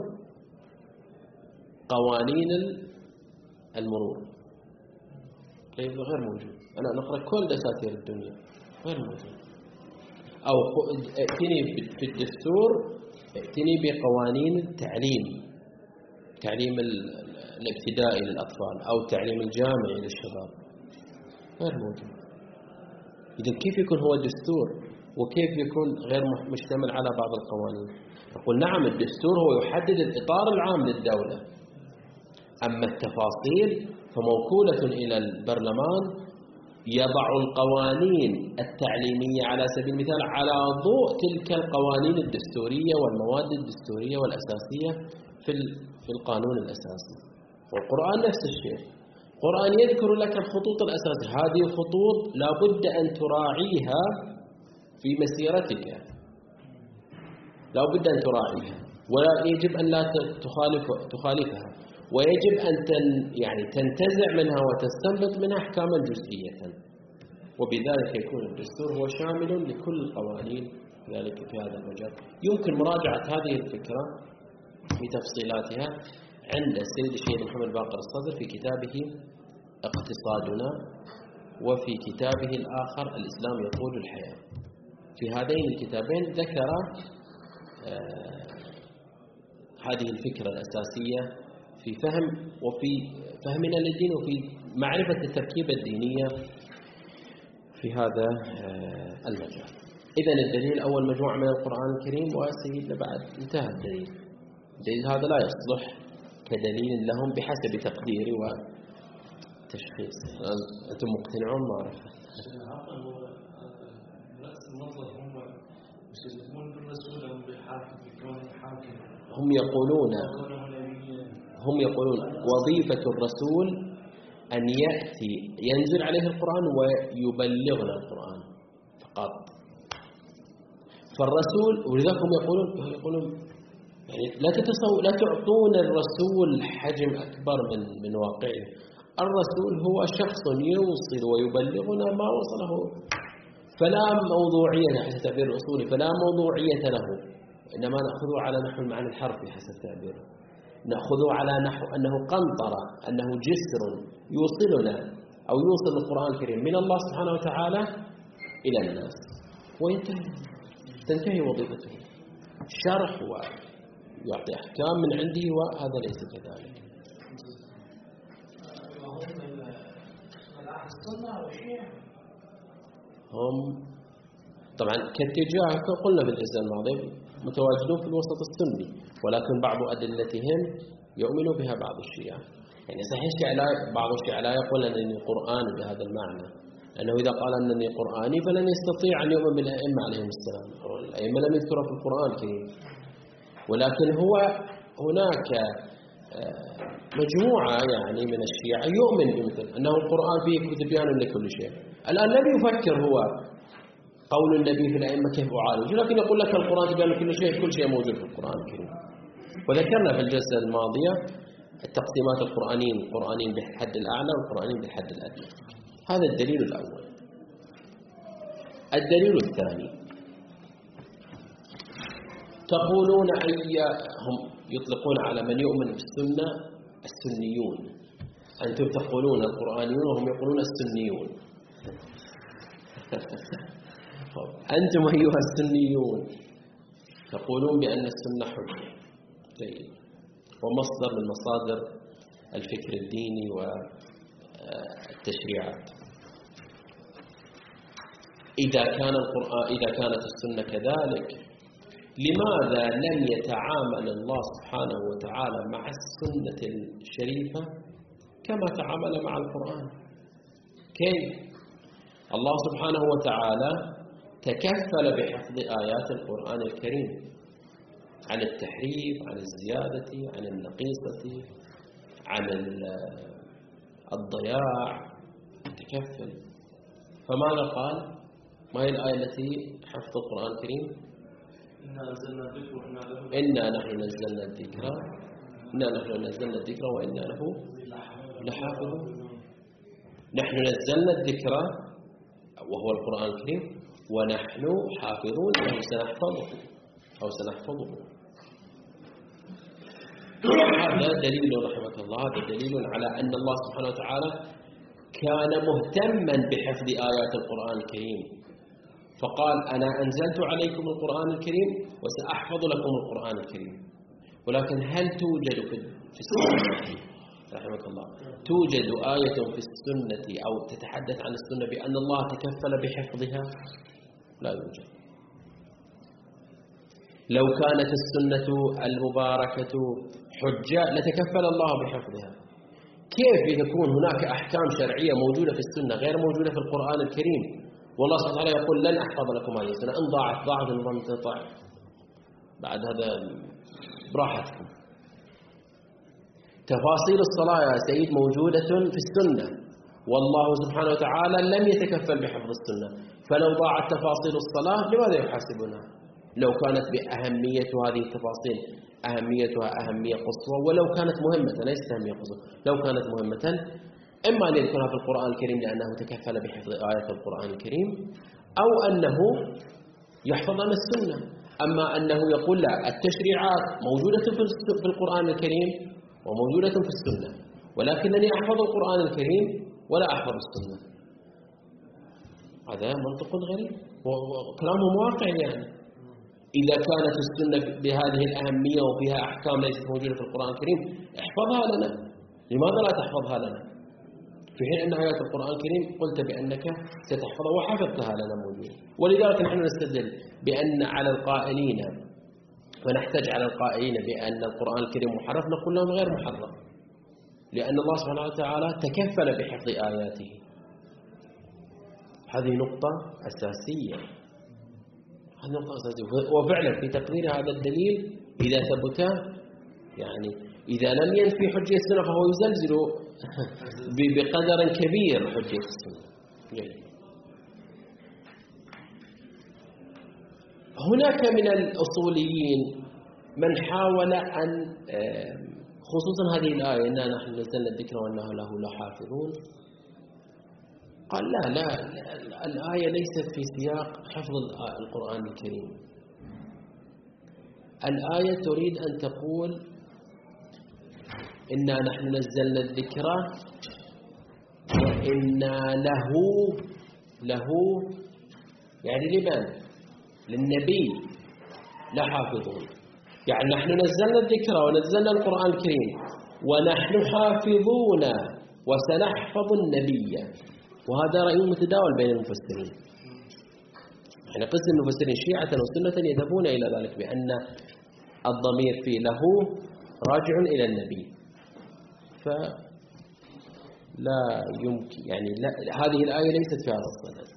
قوانين المرور. طيب غير موجود، أنا نقرأ كل دساتير الدنيا غير موجود. أو ائتني في الدستور، ائتني بقوانين التعليم الابتدائي للأطفال أو التعليم الجامعي للشباب، غير موجود. إذا كيف يكون هو دستور وكيف يكون غير مشتمل على بعض القوانين؟ نقول نعم، الدستور هو يحدد الإطار العام للدولة، أما التفاصيل فموكولة إلى البرلمان يضع القوانين التعليمية على سبيل المثال على ضوء تلك القوانين الدستورية والمواد الدستورية والأساسية في القانون الأساسي. والقرآن نفس الشيء، القرآن يذكر لك الخطوط الأساسية، هذه الخطوط لا بد أن تراعيها في مسيرتك، لا بد أن تراعيها ولا يجب أن لا تخالفها، ويجب أن تنتزع منها وتستنبط منها أحكاما جزئية، وبذلك يكون الدستور هو شامل لكل القوانين ذلك في هذا المجال. يمكن مراجعة هذه الفكرة بتفصيلاتها عند السيد الشيخ محمد باقر الصدر في كتابه اقتصادنا، وفي كتابه الآخر الإسلام يقود الحياة. في هذين الكتابين ذكر هذه الفكرة الأساسية في فهمنا للدين وفي معرفة التركيبة الدينية في هذا المجال. إذن الدليل الأول مجموعة من القرآن الكريم، وسيدنا بعد انتهى الدليل هذا لا يصلح كدليل لهم بحسب تقديري وتشخيص. أنتم مقتنعون؟ ما أعرف. هم يقولون وظيفة الرسول أن يأتي ينزل عليه القرآن ويبلغنا القرآن فقط. فالرسول، ولذلك هم يقولون يعني لا تعطون الرسول حجم أكبر من واقعه. الرسول هو شخص يوصل ويبلغنا ما وصله، فلا موضوعية حسب تعبير الأصولي، فلا موضوعية له، إنما نأخذه على نحو المعنى الحرفي حسب تعبيره، نأخذه على نحو أنه قنطرة، أنه جسر يوصلنا أو يوصل القرآن الكريم من الله سبحانه وتعالى إلى الناس، تنتهي وظيفته شرح ويعطي أحكام من عنده، وهذا ليس كذلك. هم طبعا كاتجاه قلنا في الجزء الماضي متواجدون في الوسط السني، ولكن بعض أدلتهم يؤمن بها بعض الشيعة. يعني صحيح بعض الشيعة لا يقول أنني قرآني بهذا المعنى، لأنه إذا قال أنني قرآني فلن يستطيع أن يؤمن بالأئمة عليهم السلام، الأئمة لم يذكروا في القرآن الكريم. ولكن هو هناك مجموعة يعني من الشيعة يؤمن بمثل أنه القرآن فيه تبيان لكل شيء. الآن لم يفكر هو قول النبي في الأئمة كيف أعالج، لكن يقول لك القرآن تبيان لكل شيء، كل شيء موجود في القرآن الكريم. وذكرنا في الجلسة الماضية التقسيمات القرآنين بالحد الأعلى والقرآنين بالحد الأدنى. هذا الدليل الأول. الدليل الثاني، تقولون هم يطلقون على من يؤمن بالسنة السنيون، أنتم تقولون القرآنيون وهم يقولون السنيون. أنتم أيها السنيون تقولون بأن السنة حجة، جيد، ومصدر من مصادر الفكر الديني والتشريعات. إذا كانت السنة كذلك، لماذا لم يتعامل الله سبحانه وتعالى مع السنة الشريفة كما تعامل مع القرآن؟ كيف؟ الله سبحانه وتعالى تكفل بحفظ آيات القرآن الكريم عن التحريف، عن الزيادة، عن النقيصة، عن الضياع، تكفل. فماذا قال؟ ما هي الآية التي حفظ القرآن الكريم؟ إنا نحن نزلنا الذكر وإنا له لحافظون. نحن نزلنا الذكر وهو القرآن الكريم ونحن حافظون له سنحفظه. هذا دليل رحمة الله، هذا دليل على أن الله سبحانه وتعالى كان مهتما بحفظ آيات القرآن الكريم، فقال أنا أنزلت عليكم القرآن الكريم وسأحفظ لكم القرآن الكريم. ولكن هل توجد في السنة رحمك الله توجد آية في السنة أو تتحدث عن السنة بأن الله تكفل بحفظها؟ لا يوجد. لو كانت السنة المباركة حجة لتكفل الله بحفظها. كيف يكون هناك أحكام شرعية موجودة في السنة غير موجودة في القرآن الكريم، والله سبحانه وتعالى يقول لن أحفظ لكم هذه السنة، إن ضاعت إن لم تطع بعد هذا براحتكم. تفاصيل الصلاة يا سيد موجودة في السنة، والله سبحانه وتعالى لم يتكفل بحفظ السنة، فلو ضاعت تفاصيل الصلاة لماذا يحاسبنا؟ لو كانت بأهمية هذه التفاصيل أهميتها أهمية قصوى، ولو كانت مهمة ليست أهمية قصوى، لو كانت مهمة إما أن يذكرها في القرآن الكريم لأنه تكفل بحفظ آيات القرآن الكريم، أو أنه يحفظ عن السنة. أما أنه يقول لا، التشريعات موجودة في القرآن الكريم وموجودة في السنة، ولكنني أحفظ القرآن الكريم ولا أحفظ السنة، هذا منطق غريب وكلامهم واقع. يعني إذا كانت السنة بهذه الأهمية وفيها أحكام ليست موجودة في القرآن الكريم احفظها لنا، لماذا لا تحفظها لنا؟ في حين أن آيات القرآن الكريم قلت بأنك ستحفظها وحفظتها لنا موجودة. ولذلك نحن نستدل بأن على القائلين، فنحتاج على القائلين بأن القرآن الكريم محرف، نقول لهم غير محرف، لأن الله سبحانه وتعالى تكفل بحفظ آياته. هذه نقطة أساسية، وفعلا في تقدير هذا الدليل إذا ثبت، يعني إذا لم ينفي حجية السنة فهو يزلزل بقدر كبير حجية السنة. جيد. هناك من الأصوليين من حاول أن خصوصا هذه الآية إنا نحن نزلنا الذكر وإنا له لحافظون، قال لا الآية ليست في سياق حفظ القرآن الكريم. الآية تريد أن تقول إنا نحن نزلنا الذكر وإنا له يعني لمن؟ للنبي لحافظون. يعني نحن نزلنا الذكر ونزلنا القرآن الكريم ونحن حافظون وسنحفظ النبي. وهذا رأي متداول بين المفسرين. يعني قسم المفسرين شيعة وسنة يذهبون إلى ذلك بأن الضمير في له راجع إلى النبي، فلا يمكن يعني لا، هذه الآية ليست في هذا الصدد.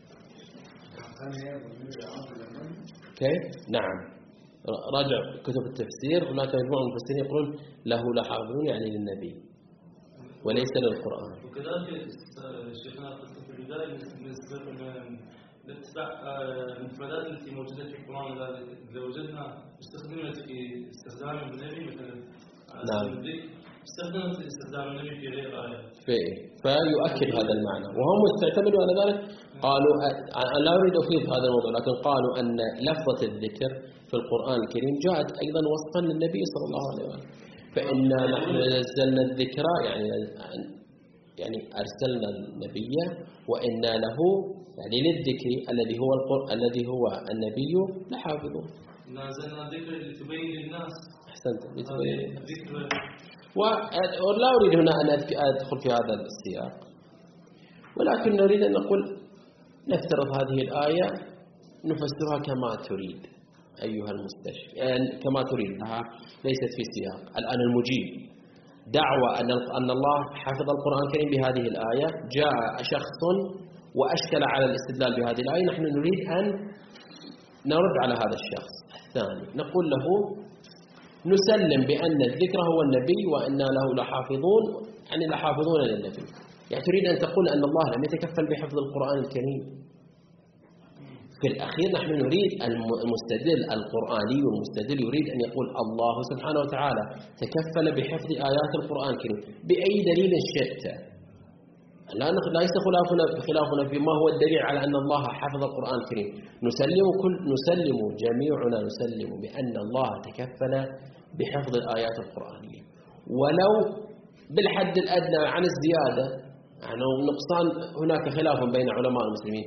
كيف؟ نعم، راجع كتب التفسير، هناك مجموعة من المفسرين يقولون له لحافظون يعني للنبي وليس للقرآن. وكذلك شيخنا في البداية بالنسبة لاتباع المفردات التي موجودة في القرآن، إذا وجدنا استخدمت في استخدام النبي مثلا نعم استخدمت استخدام النبي في غير آية فيؤكد هذا المعنى، وهم استعتمدوا على ذلك. قالوا أنا لا أريد أفيد هذا الموضوع، لكن قالوا أن لفظة الذكر في القرآن الكريم جاءت أيضا وصفا للنبي صلى الله عليه وسلم. فإنا نحن نزلنا الذكر يعني أرسلنا النبي وإنا له يعني للذكر الذي هو النبي لحافظون. نزلنا الذكر لتبين للناس. أحسنت، لتبين للناس. ولا أريد هنا أن أدخل في هذا السياق، ولكن نريد أن نقول نفترض هذه الآية نفسرها كما تريد أيها المستشفى، كما تريد، أنها ليست في سياق. الآن المجيب دعوى أن الله حفظ القرآن الكريم بهذه الآية، جاء شخص وأشكل على الاستدلال بهذه الآية، نحن نريد أن نرد على هذا الشخص. الثاني نقول له نسلم بأن الذكر هو النبي وأننا له لحافظون، يعني لحافظون للنبي. يعني تريد أن تقول أن الله لم يتكفل بحفظ القرآن الكريم؟ في الأخير نحن نريد المستدل القرآني والمستدل يريد أن يقول الله سبحانه وتعالى تكفل بحفظ آيات القرآن الكريم بأي دليل شئت. ليس خلافنا فيما هو الدليل على أن الله حفظ القرآن الكريم. نسلم جميعنا نسلم بأن الله تكفل بحفظ الآيات القرآنية، ولو بالحد الأدنى عن الزيادة يعني النقصان. هناك خلاف بين علماء المسلمين،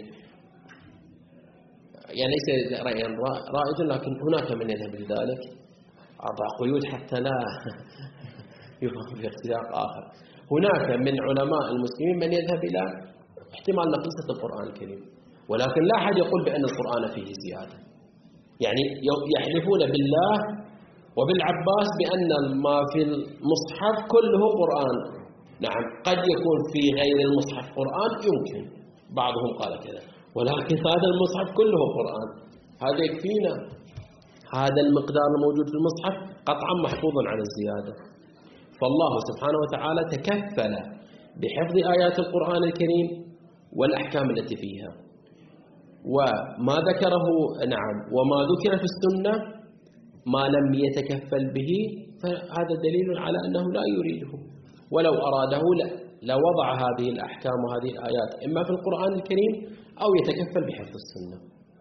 يعني ليس رأيا رائج، لكن هناك من يذهب لذلك. أضع قيود حتى لا يفهم في اختلاف آخر. هناك من علماء المسلمين من يذهب إلى احتمال نقيصة القرآن الكريم، ولكن لا أحد يقول بأن القرآن فيه زيادة. يعني يحلفون بالله وبالعباس بأن ما في المصحف كله قرآن. نعم، قد يكون في غير المصحف قرآن، يمكن بعضهم قال كذا، ولكن هذا المصحف كله قرآن، هذا يكفينا. هذا المقدار الموجود في المصحف قطعا محفوظ عن الزيادة. فالله سبحانه وتعالى تكفل بحفظ آيات القرآن الكريم والأحكام التي فيها، وما ذكره نعم وما ذكر في السنة ما لم يتكفل به فهذا دليل على أنه لا يريده، ولو أراده لوضع هذه الأحكام وهذه الآيات إما في القرآن الكريم أو يتكفل بحفظ السنة.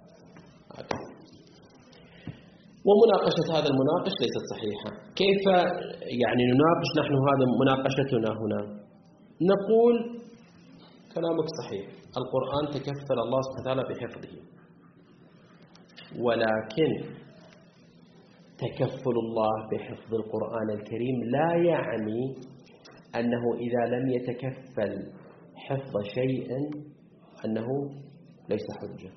ومناقشة هذا المناقش ليست صحيحة. كيف يعني نناقش نحن؟ هذا مناقشتنا هنا. نقول كلامك صحيح، القرآن تكفل الله سبحانه وتعالى بحفظه، ولكن تكفل الله بحفظ القرآن الكريم لا يعني أنه إذا لم يتكفل حفظ شيء أنه ليس حجة.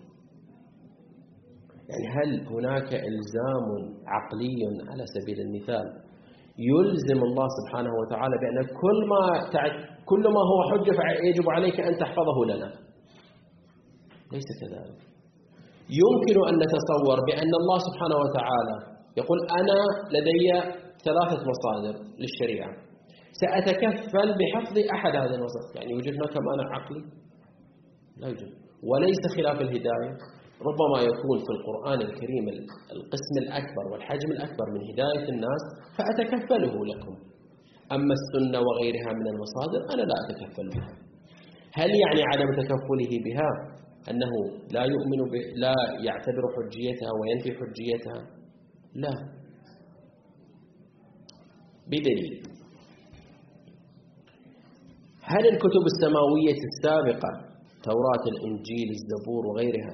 يعني هل هناك إلزام عقلي على سبيل المثال يلزم الله سبحانه وتعالى بأن كل ما هو حجة يجب عليك أن تحفظه لنا؟ ليس كذلك. يمكن أن نتصور بأن الله سبحانه وتعالى يقول أنا لدي 3 مصادر للشريعة، سأتكفل بحفظ أحد هذه المصادر. يعني يوجد هناك مانع عقلي؟ لا يوجد. وليس خلاف الهداية، ربما يكون في القرآن الكريم القسم الأكبر والحجم الأكبر من هداية الناس فأتكفله لكم، أما السنة وغيرها من المصادر أنا لا أتكفل بها. هل يعني عدم تكفله بها أنه لا يعتبر حجيتها وينفي حجيتها؟ لا، بدليل. هل الكتب السماوية السابقة توراة الإنجيل الزبور وغيرها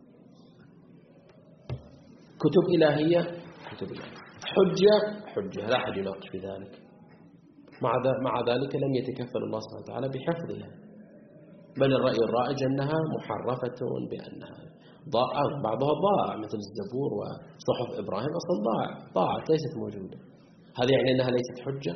كتب إلهية؟ كتب إلهية. حجة لا أحد يناقش في ذلك. مع ذلك لم يتكفل الله سبحانه وتعالى بحفظها، بل الرأي الرائج أنها محرفة، بأنها بعضها ضاع، مثل الزبور وصحف إبراهيم أصلا ضاعت ليست موجودة. هذا يعني أنها ليست حجة؟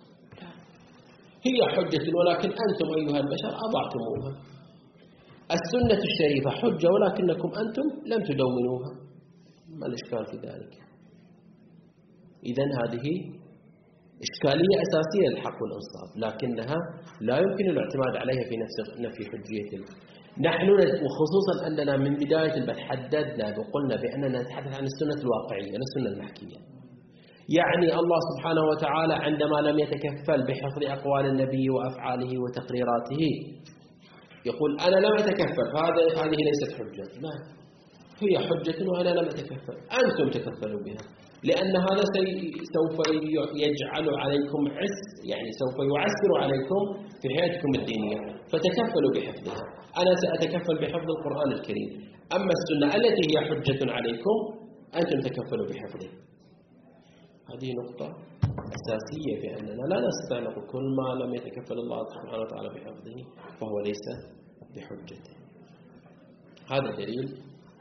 هي حجة، ولكن أنتم أيها البشر أضعتموها. السنة الشريفة حجة ولكنكم أنتم لم تدونوها، ما الإشكال في ذلك؟ إذن هذه إشكالية أساسية للحق والإنصاف، لكنها لا يمكن الاعتماد عليها في نفي حجية. نحن وخصوصا أننا من بداية البحث حددنا وقلنا بأننا نتحدث عن السنة الواقعية لا السنة المحكية. يعني الله سبحانه وتعالى عندما لم يتكفل بحفظ أقوال النبي وأفعاله وتقريراته يقول أنا لم أتكفل، هذه ليست حجة. لا، هي حجة وأنا لم أتكفل، أنتم تكفلوا بها، لأن هذا سوف يجعل عليكم يعني سوف يعسر عليكم في حياتكم الدينية، فتكفلوا بحفظها. أنا سأتكفل بحفظ القرآن الكريم، أما السنة التي هي حجة عليكم أنتم تكفلوا بحفظها. هذه نقطة أساسية في أننا لا نستطيع نقول كل ما لم يتكفل الله سبحانه وتعالى بحفظه فهو ليس بحجة. هذا دليل.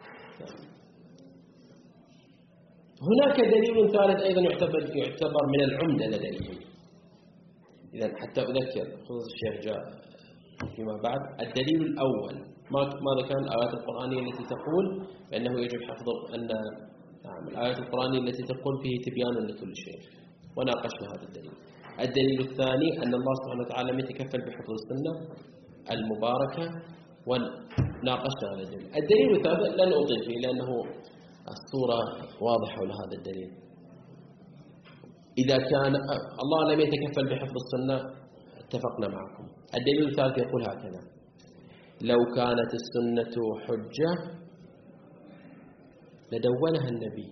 هناك دليل ثالث أيضا يعتبر من العمدة لديهم. إذا حتى أذكر خصوص الشيخ جاء فيما بعد. الدليل الأول ماذا كان الآيات القرآنية التي تقول بأنه يجب حفظ الآيات القرآنية التي تقول فيه تبيان لكل شيء، وناقشنا هذا الدليل. الدليل الثاني أن الله سبحانه وتعالى لم يتكفل بحفظ السنة المباركة، وناقشنا هذا الدليل. الدليل الثالث لن أطيل فيه لأنه الصورة واضحة لهذا الدليل. إذا كان الله لم يتكفل بحفظ السنة اتفقنا معكم. الدليل الثالث يقول هكذا: لو كانت السنة حجة لدونها النبي.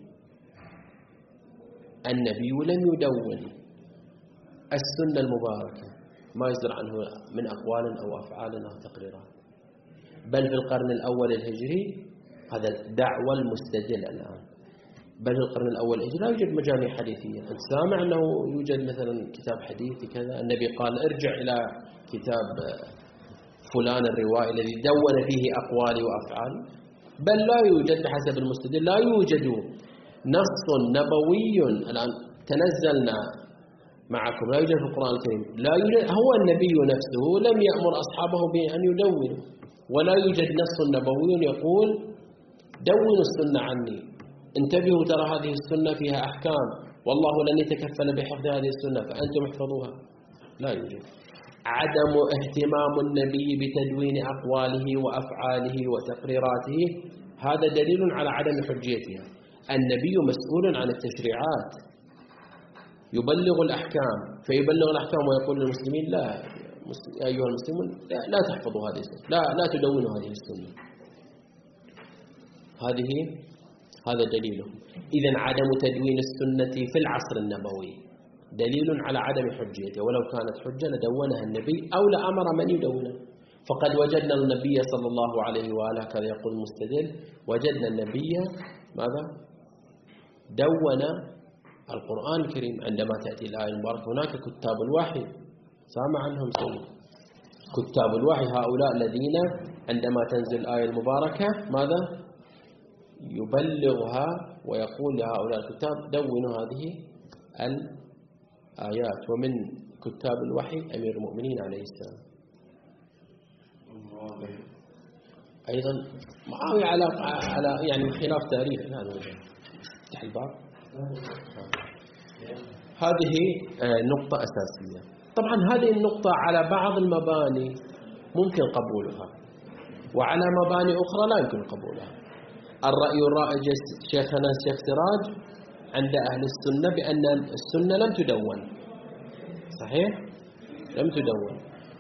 النبي لم يدون السنة المباركة ما يصدر عنه من أقوال أو أفعال أو تقريرات، بل في القرن الأول الهجري، هذا دعوى المستدل الآن، بل في القرن الأول الهجري لا يوجد مجامع حديثية. أنت سامع أنه يوجد مثلا كتاب حديثي كذا، النبي قال ارجع إلى كتاب فلان الروائي الذي دون فيه أقوالي وأفعال، بل لا يوجد بحسب المستدل لا يوجد نص نبوي الآن تنزلنا معكم، لا يوجد في القرآن الكريم، لا يوجد. هو النبي نفسه لم يأمر أصحابه بأن يدونوا، ولا يوجد نص نبوي يقول دونوا السنة عني، انتبهوا ترى هذه السنة فيها أحكام والله لن يتكفل بحفظ هذه السنة فأنتم احفظوها. لا يوجد. عدم اهتمام النبي بتدوين أقواله وأفعاله وتقريراته هذا دليل على عدم حجيتها. النبي مسؤول عن التشريعات، يبلغ الأحكام، فيبلغ الأحكام ويقول للمسلمين لا أيها المسلمون لا تحفظوا هذه السنة، لا تدونوا هذه السنة. هذا دليله. إذن عدم تدوين السنة في العصر النبوي دليل على عدم حجيته، ولو كانت حجة لدونها النبي أو لأمر من يدونها. فقد وجدنا النبي صلى الله عليه وآله كذا يقول المستدل، وجدنا النبي ماذا؟ دون القرآن الكريم. عندما تأتي الآية المباركة هناك كتاب الوحي، سامع عنهم سنة كتاب الوحي، هؤلاء الذين عندما تنزل الآية المباركة ماذا؟ يبلغها ويقول لهؤلاء الكتاب دونوا هذه الآيات. ومن كتاب الوحي أمير المؤمنين عليه السلام. أيضا معاوية على يعني خلاف تاريخ الآن. افتح الباب. هذه نقطة أساسية. طبعا هذه النقطة على بعض المباني ممكن قبولها، وعلى مباني أخرى لا يمكن قبولها. الرأي الرائج شيخنا الشيخ سراج عند أهل السنة بأن السنة لم تدون، صحيح؟ لم تدون،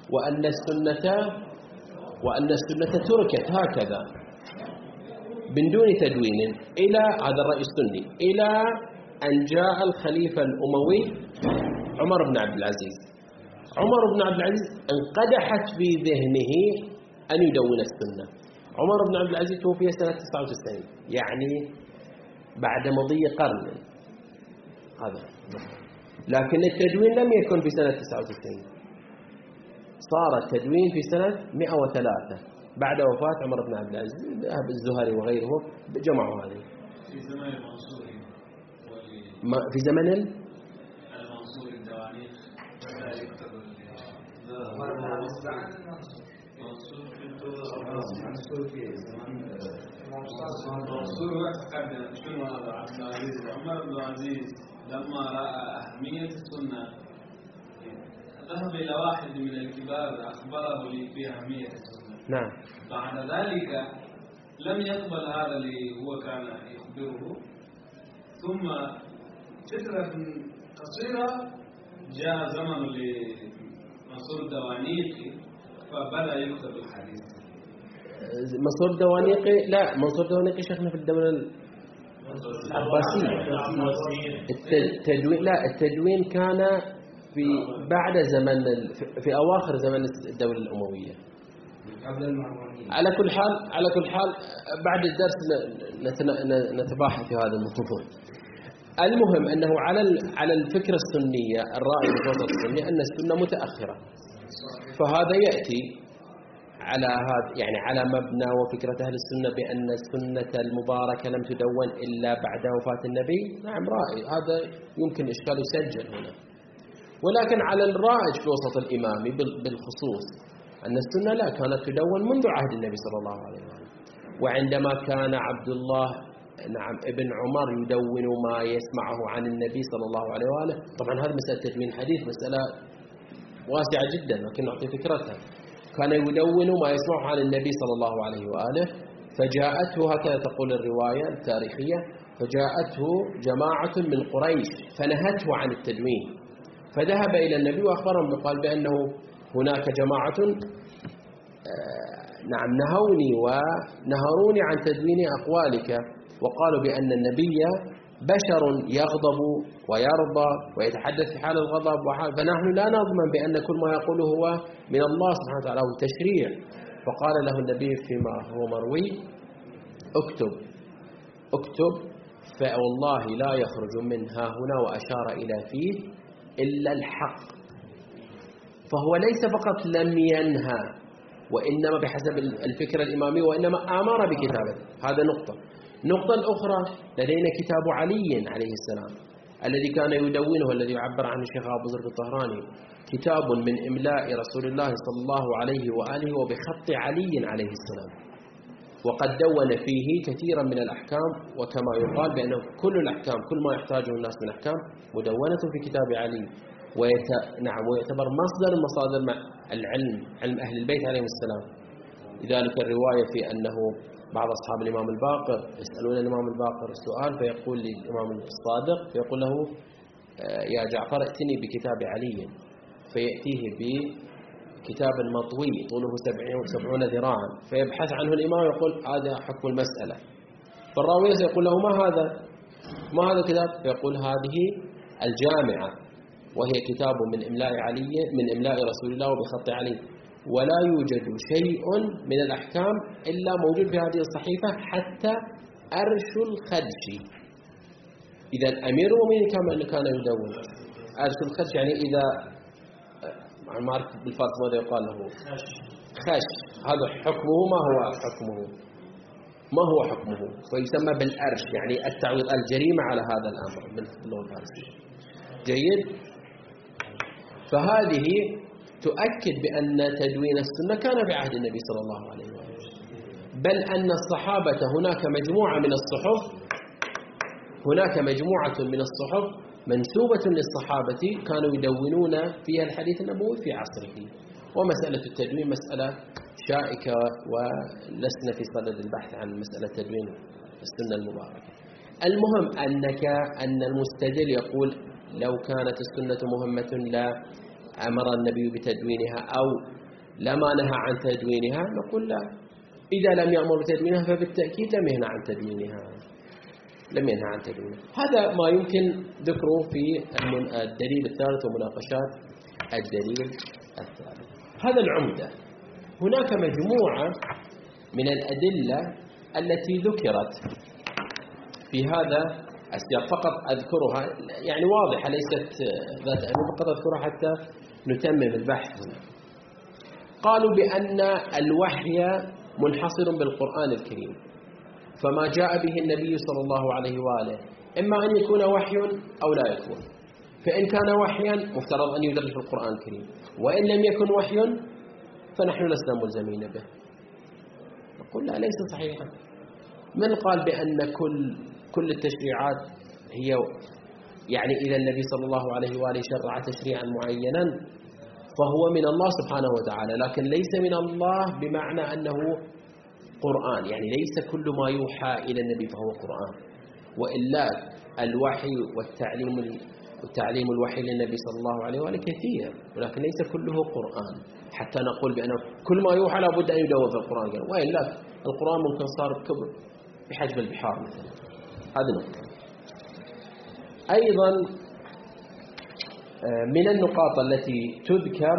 وأن السنة تركت هكذا من دون تدوين إلى هذا الرأي السني، إلى أن جاء الخليفة الأموي عمر بن عبد العزيز. عمر بن عبد العزيز انقدحت في ذهنه أن يدون السنة. عمر بن عبد العزيز توفي سنة 99، يعني بعد مضي قرن. هذا لكن التدوين لم يكن في سنة 99، صار التدوين في سنة 103 بعد وفاة عمر بن عبد العزيز. ذهب الزهري وغيره جمعوا هذه في زمن المنصور، في زمن المنصور الدوانيق المنصور في زمان المنصور وقت شنو هذا عبد العزيز. عمر بن العزيز لما رأى أهمية السنة ذهب إلى واحد من الكبار أخبره بأهمية السنة. نعم. بعد ذلك لم يقبل هذا اللي هو كان يخبره، ثم فترة قصيرة جاء زمن لمنصور الدوانيقي فبدأ يكتب الحديث. منصور الدوانيقي لا، منصور الدوانيقي شيخنا في الدولة العباسية. التدوين كان في بعد زمن، في أواخر زمن الدولة الأموية. على كل حال بعد الدرس نتباحث في هذا الموضوع. المهم أنه على الفكرة السنية، الرأي الوسط السني أن السنة متأخرة، فهذا يأتي على هذا يعني على مبنى وفكرة أهل السنة بأن السنة المباركة لم تدون إلا بعد وفاة النبي، نعم رأي هذا يمكن إشكال يسجل هنا. ولكن على الرائج في وسط الإمامي بالخصوص أن السنة لا كانت تدون منذ عهد النبي صلى الله عليه وآله، وعندما كان عبد الله نعم ابن عمر يدون ما يسمعه عن النبي صلى الله عليه وآله، طبعا هذه مسألة تدوين الحديث مسألة واسعة جدا لكن نعطي فكرتها، كان يدون ما يسمعه عن النبي صلى الله عليه وآله، فجاءته هكذا تقول الرواية التاريخية، فجاءته جماعة من قريش فنهته عن التدوين، فذهب إلى النبي وأخبرهم وقال بأنه هناك جماعة نعم نهوني ونهروني عن تدوين أقوالك، وقالوا بأن النبي بشر يغضب ويرضى ويتحدث في حال الغضب فنحن لا نضمن بأن كل ما يقوله هو من الله سبحانه وتعالى أو تشريع. فقال له النبي فيما هو مروي اكتب فوالله لا يخرج منها هنا وأشار إلى فيه إلا الحق، فهو ليس فقط لم ينهى وإنما بحسب الفكرة الإمامية وإنما آمر بكتابه. هذا نقطة الأخرى لدينا كتاب علي عليه السلام الذي كان يدونه الذي يعبر عنه الشيخ أبو زرق الطهراني، كتاب من إملاء رسول الله صلى الله عليه وآله وبخط علي عليه السلام، وقد دون فيه كثيرا من الأحكام، وكما يقال بأنه كل الأحكام كل ما يحتاجه الناس من أحكام مدونة في كتاب علي، نعم ويعتبر مصدر مصادر العلم، علم أهل البيت عليهم السلام. لذلك الرواية في أنه بعض أصحاب الإمام الباقر يسألون الإمام الباقر السؤال فيقول للإمام الصادق فيقول له يا جعفر ائتني بكتاب علي، فيأتيه بكتاب مطوي طوله 70 ذراعا، فيبحث عنه الإمام يقول هذا حكم المسألة، فالراوي يقول له ما هذا الكتاب؟ فيقول هذه الجامعة، وهي كتاب من إملاء رسول الله وبخط علي، ولا يوجد شيء من الأحكام إلا موجود في هذه الصحيفة حتى أرش الخدش. إذا أمير المؤمنين كان يدون أرش الخدش، يعني إذا ما أعرف بالفارس ماذا يقال له خش، هذا حكمه ما هو حكمه فيسمى بالأرش، يعني التعويض الجريمة على هذا الأمر باللغة الفارسية. جيد. فهذه تؤكد بأن تدوين السنة كان في عهد النبي صلى الله عليه وآله، بل أن الصحابة هناك مجموعة من الصحف منسوبة للصحابة كانوا يدونون فيها الحديث النبوي في عصره. ومسألة التدوين مسألة شائكة ولسنا في صدد البحث عن مسألة تدوين السنة المباركة. المهم أن المستدل يقول لو كانت السنة مهمة لا أمر النبي بتدوينها أو لما نهى عن تدوينها، نقول لا، إذا لم يأمر بتدوينها فبالتأكيد لم ينهى عن تدوينها. هذا ما يمكن ذكره في الدليل الثالث ومناقشات الدليل الثالث. هذا العمدة. هناك مجموعة من الأدلة التي ذكرت في هذا السياق، فقط أذكرها يعني واضحة ليست ذات أهمية، فقط أذكرها حتى نتمم البحث هنا. قالوا بأن الوحي منحصر بالقرآن الكريم، فما جاء به النبي صلى الله عليه وآله إما أن يكون وحي أو لا يكون، فإن كان وحيا مفترض أن يدرج في القرآن الكريم، وإن لم يكن وحي فنحن لسنا ملزمين به. نقول لا، ليس صحيحا. من قال بأن كل التشريعات هي يعني إذا النبي صلى الله عليه وآله شرع تشريعا معينا فهو من الله سبحانه وتعالى، لكن ليس من الله بمعنى أنه قرآن، يعني ليس كل ما يوحى إلى النبي فهو قرآن، وإلا الوحي والتعليم الوحي للنبي صلى الله عليه وآله كثير، ولكن ليس كله قرآن حتى نقول بأنه كل ما يوحى لابد أن يدون في القرآن، وإلا القرآن ممكن صار بحجم البحار مثلا. هذه نقطة. أيضا من النقاط التي تذكر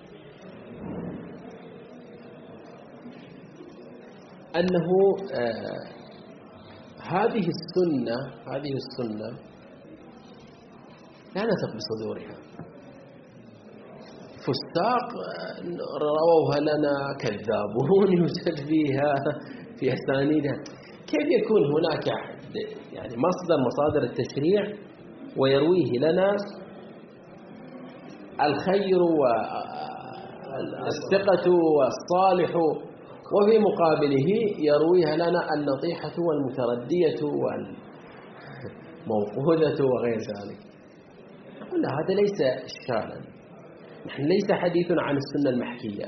أنه هذه السنة لا نثق بصدورها، فساق رووها لنا كذابون يوجد فيها في أسانيدها. كيف يكون هناك يعني مصادر التشريع ويرويه لنا الخير والثقة والصالح، وفي مقابله يرويها لنا النطيحة والمتردية والموقوذة وغير ذلك؟ نقول هذا ليس إشكالا. نحن ليس حديثنا عن السنة المحكية.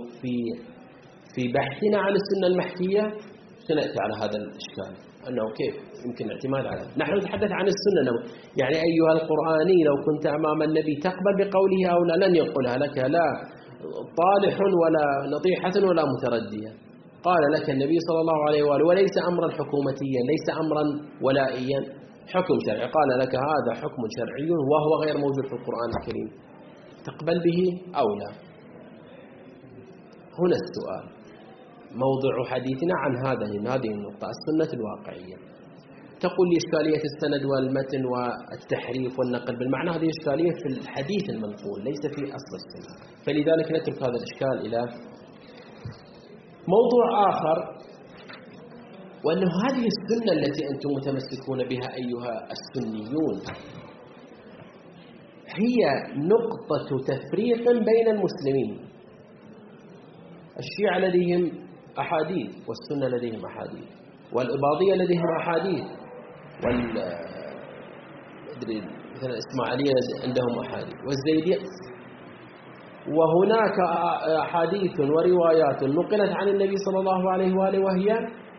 في بحثنا عن السنة المحكية سنأتي على هذا الإشكال، أنه كيف يمكن الاعتماد على. نحن نتحدث عن السنة، يعني أيها القرآني لو كنت أمام النبي تقبل بقوله أو لا؟ لن يقولها لك لا طالح ولا نطيحة ولا متردية. قال لك النبي صلى الله عليه وآله وليس أمرا حكومتيا، ليس أمرا ولائيا، حكم شرعي. قال لك هذا حكم شرعي وهو غير موجود في القرآن الكريم، تقبل به أو لا؟ هنا السؤال. موضوع حديثنا عن هذه النقطة، السنة الواقعية. تقول لي إشكالية السند والمتن والتحريف والنقل بالمعنى، هذه إشكالية في الحديث المنقول ليس في أصل السنة، فلذلك نترك هذا الإشكال إلى موضوع آخر، وأن هذه السنة التي أنتم متمسكون بها أيها السنيون هي نقطة تفريق بين المسلمين. الشيعة لديهم أحاديث، والسنة لديهم أحاديث، والإباضية لديهم أحاديث، مثلا الإسماعيلية عندهم أحاديث، والزيدية. وهناك أحاديث وروايات نقلت عن النبي صلى الله عليه وآله، وهي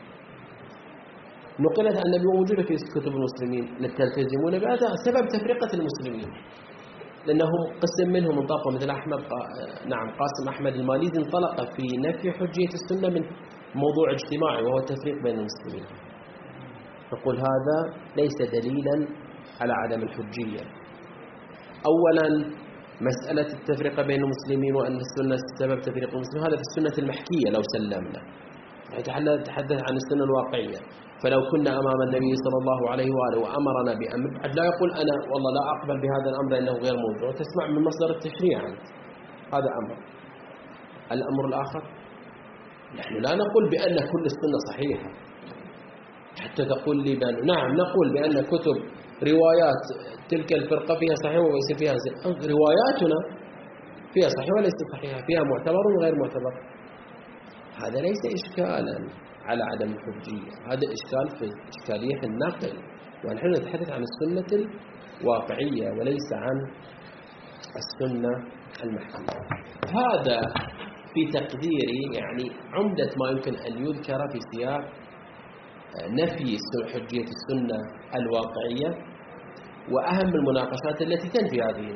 نقلت عن النبي وموجودة في كتب المسلمين، تلتزمون بهذا سبب تفرقة المسلمين، لأنهم قسم منهم انطلق، مثل قاسم أحمد الماليزي انطلق في نفي حجية السنة من موضوع اجتماعي وهو التفريق بين المسلمين. نقول هذا ليس دليلا على عدم الحجية. أولا مسألة التفرقة بين المسلمين وأن السنة سبب تفريق المسلمين، هذا في السنة المحكية لو سلمنا. نتحدث عن السنة الواقعية. فلو كنا أمام النبي صلى الله عليه وآله وأمرنا بأمر، لا يقول أنا والله لا أقبل بهذا الأمر لأنه غير موجود، تسمع من مصدر التشريع عنه. هذا أمر. الأمر الآخر، نحن لا نقول بأن كل السنة صحيحة حتى تقول لي نعم نقول بأن كتب روايات تلك الفرقة فيها صحيح وليس فيها رواياتنا فيها صحيح وليس صحيحة، فيها معتبر وغير معتبر. هذا ليس إشكالا على عدم الحجية، هذا إشكال في إشكالية النقل، ونحن نتحدث عن السنة الواقعية وليس عن السنة المحكية. هذا في تقديري يعني عمدة ما يمكن أن يذكر في سياق نفي حجية السنة الواقعية، وأهم المناقشات التي تنفي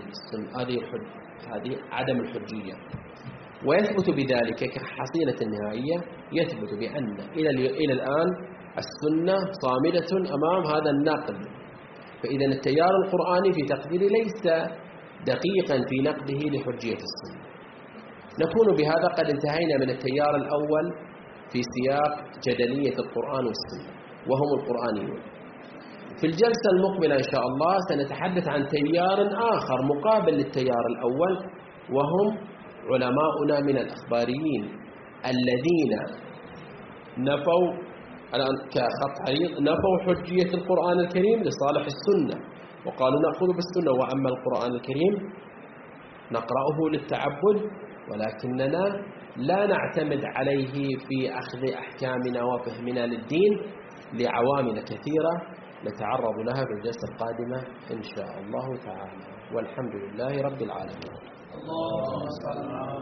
هذه عدم الحجية. ويثبت بذلك كحصيلة النهائية، يثبت بأن إلى الآن السنة صامدة أمام هذا النقد. فإذا التيار القرآني في تقديري ليس دقيقا في نقده لحجية السنة. نكون بهذا قد انتهينا من التيار الأول في سياق جدلية القرآن والسنة وهم القرآنيون. في الجلسة المقبلة إن شاء الله سنتحدث عن تيار آخر مقابل للتيار الأول، وهم علماؤنا من الأخباريين الذين نفوا الآن كخط عريض نفوا حجية القرآن الكريم لصالح السنة، وقالوا نأخذ بالسنة، وأما القرآن الكريم نقرأه للتعبد ولكننا لا نعتمد عليه في أخذ أحكامنا وفهمنا للدين لعوامل كثيرة نتعرض لها في الجلسة القادمة إن شاء الله تعالى. والحمد لله رب العالمين. الله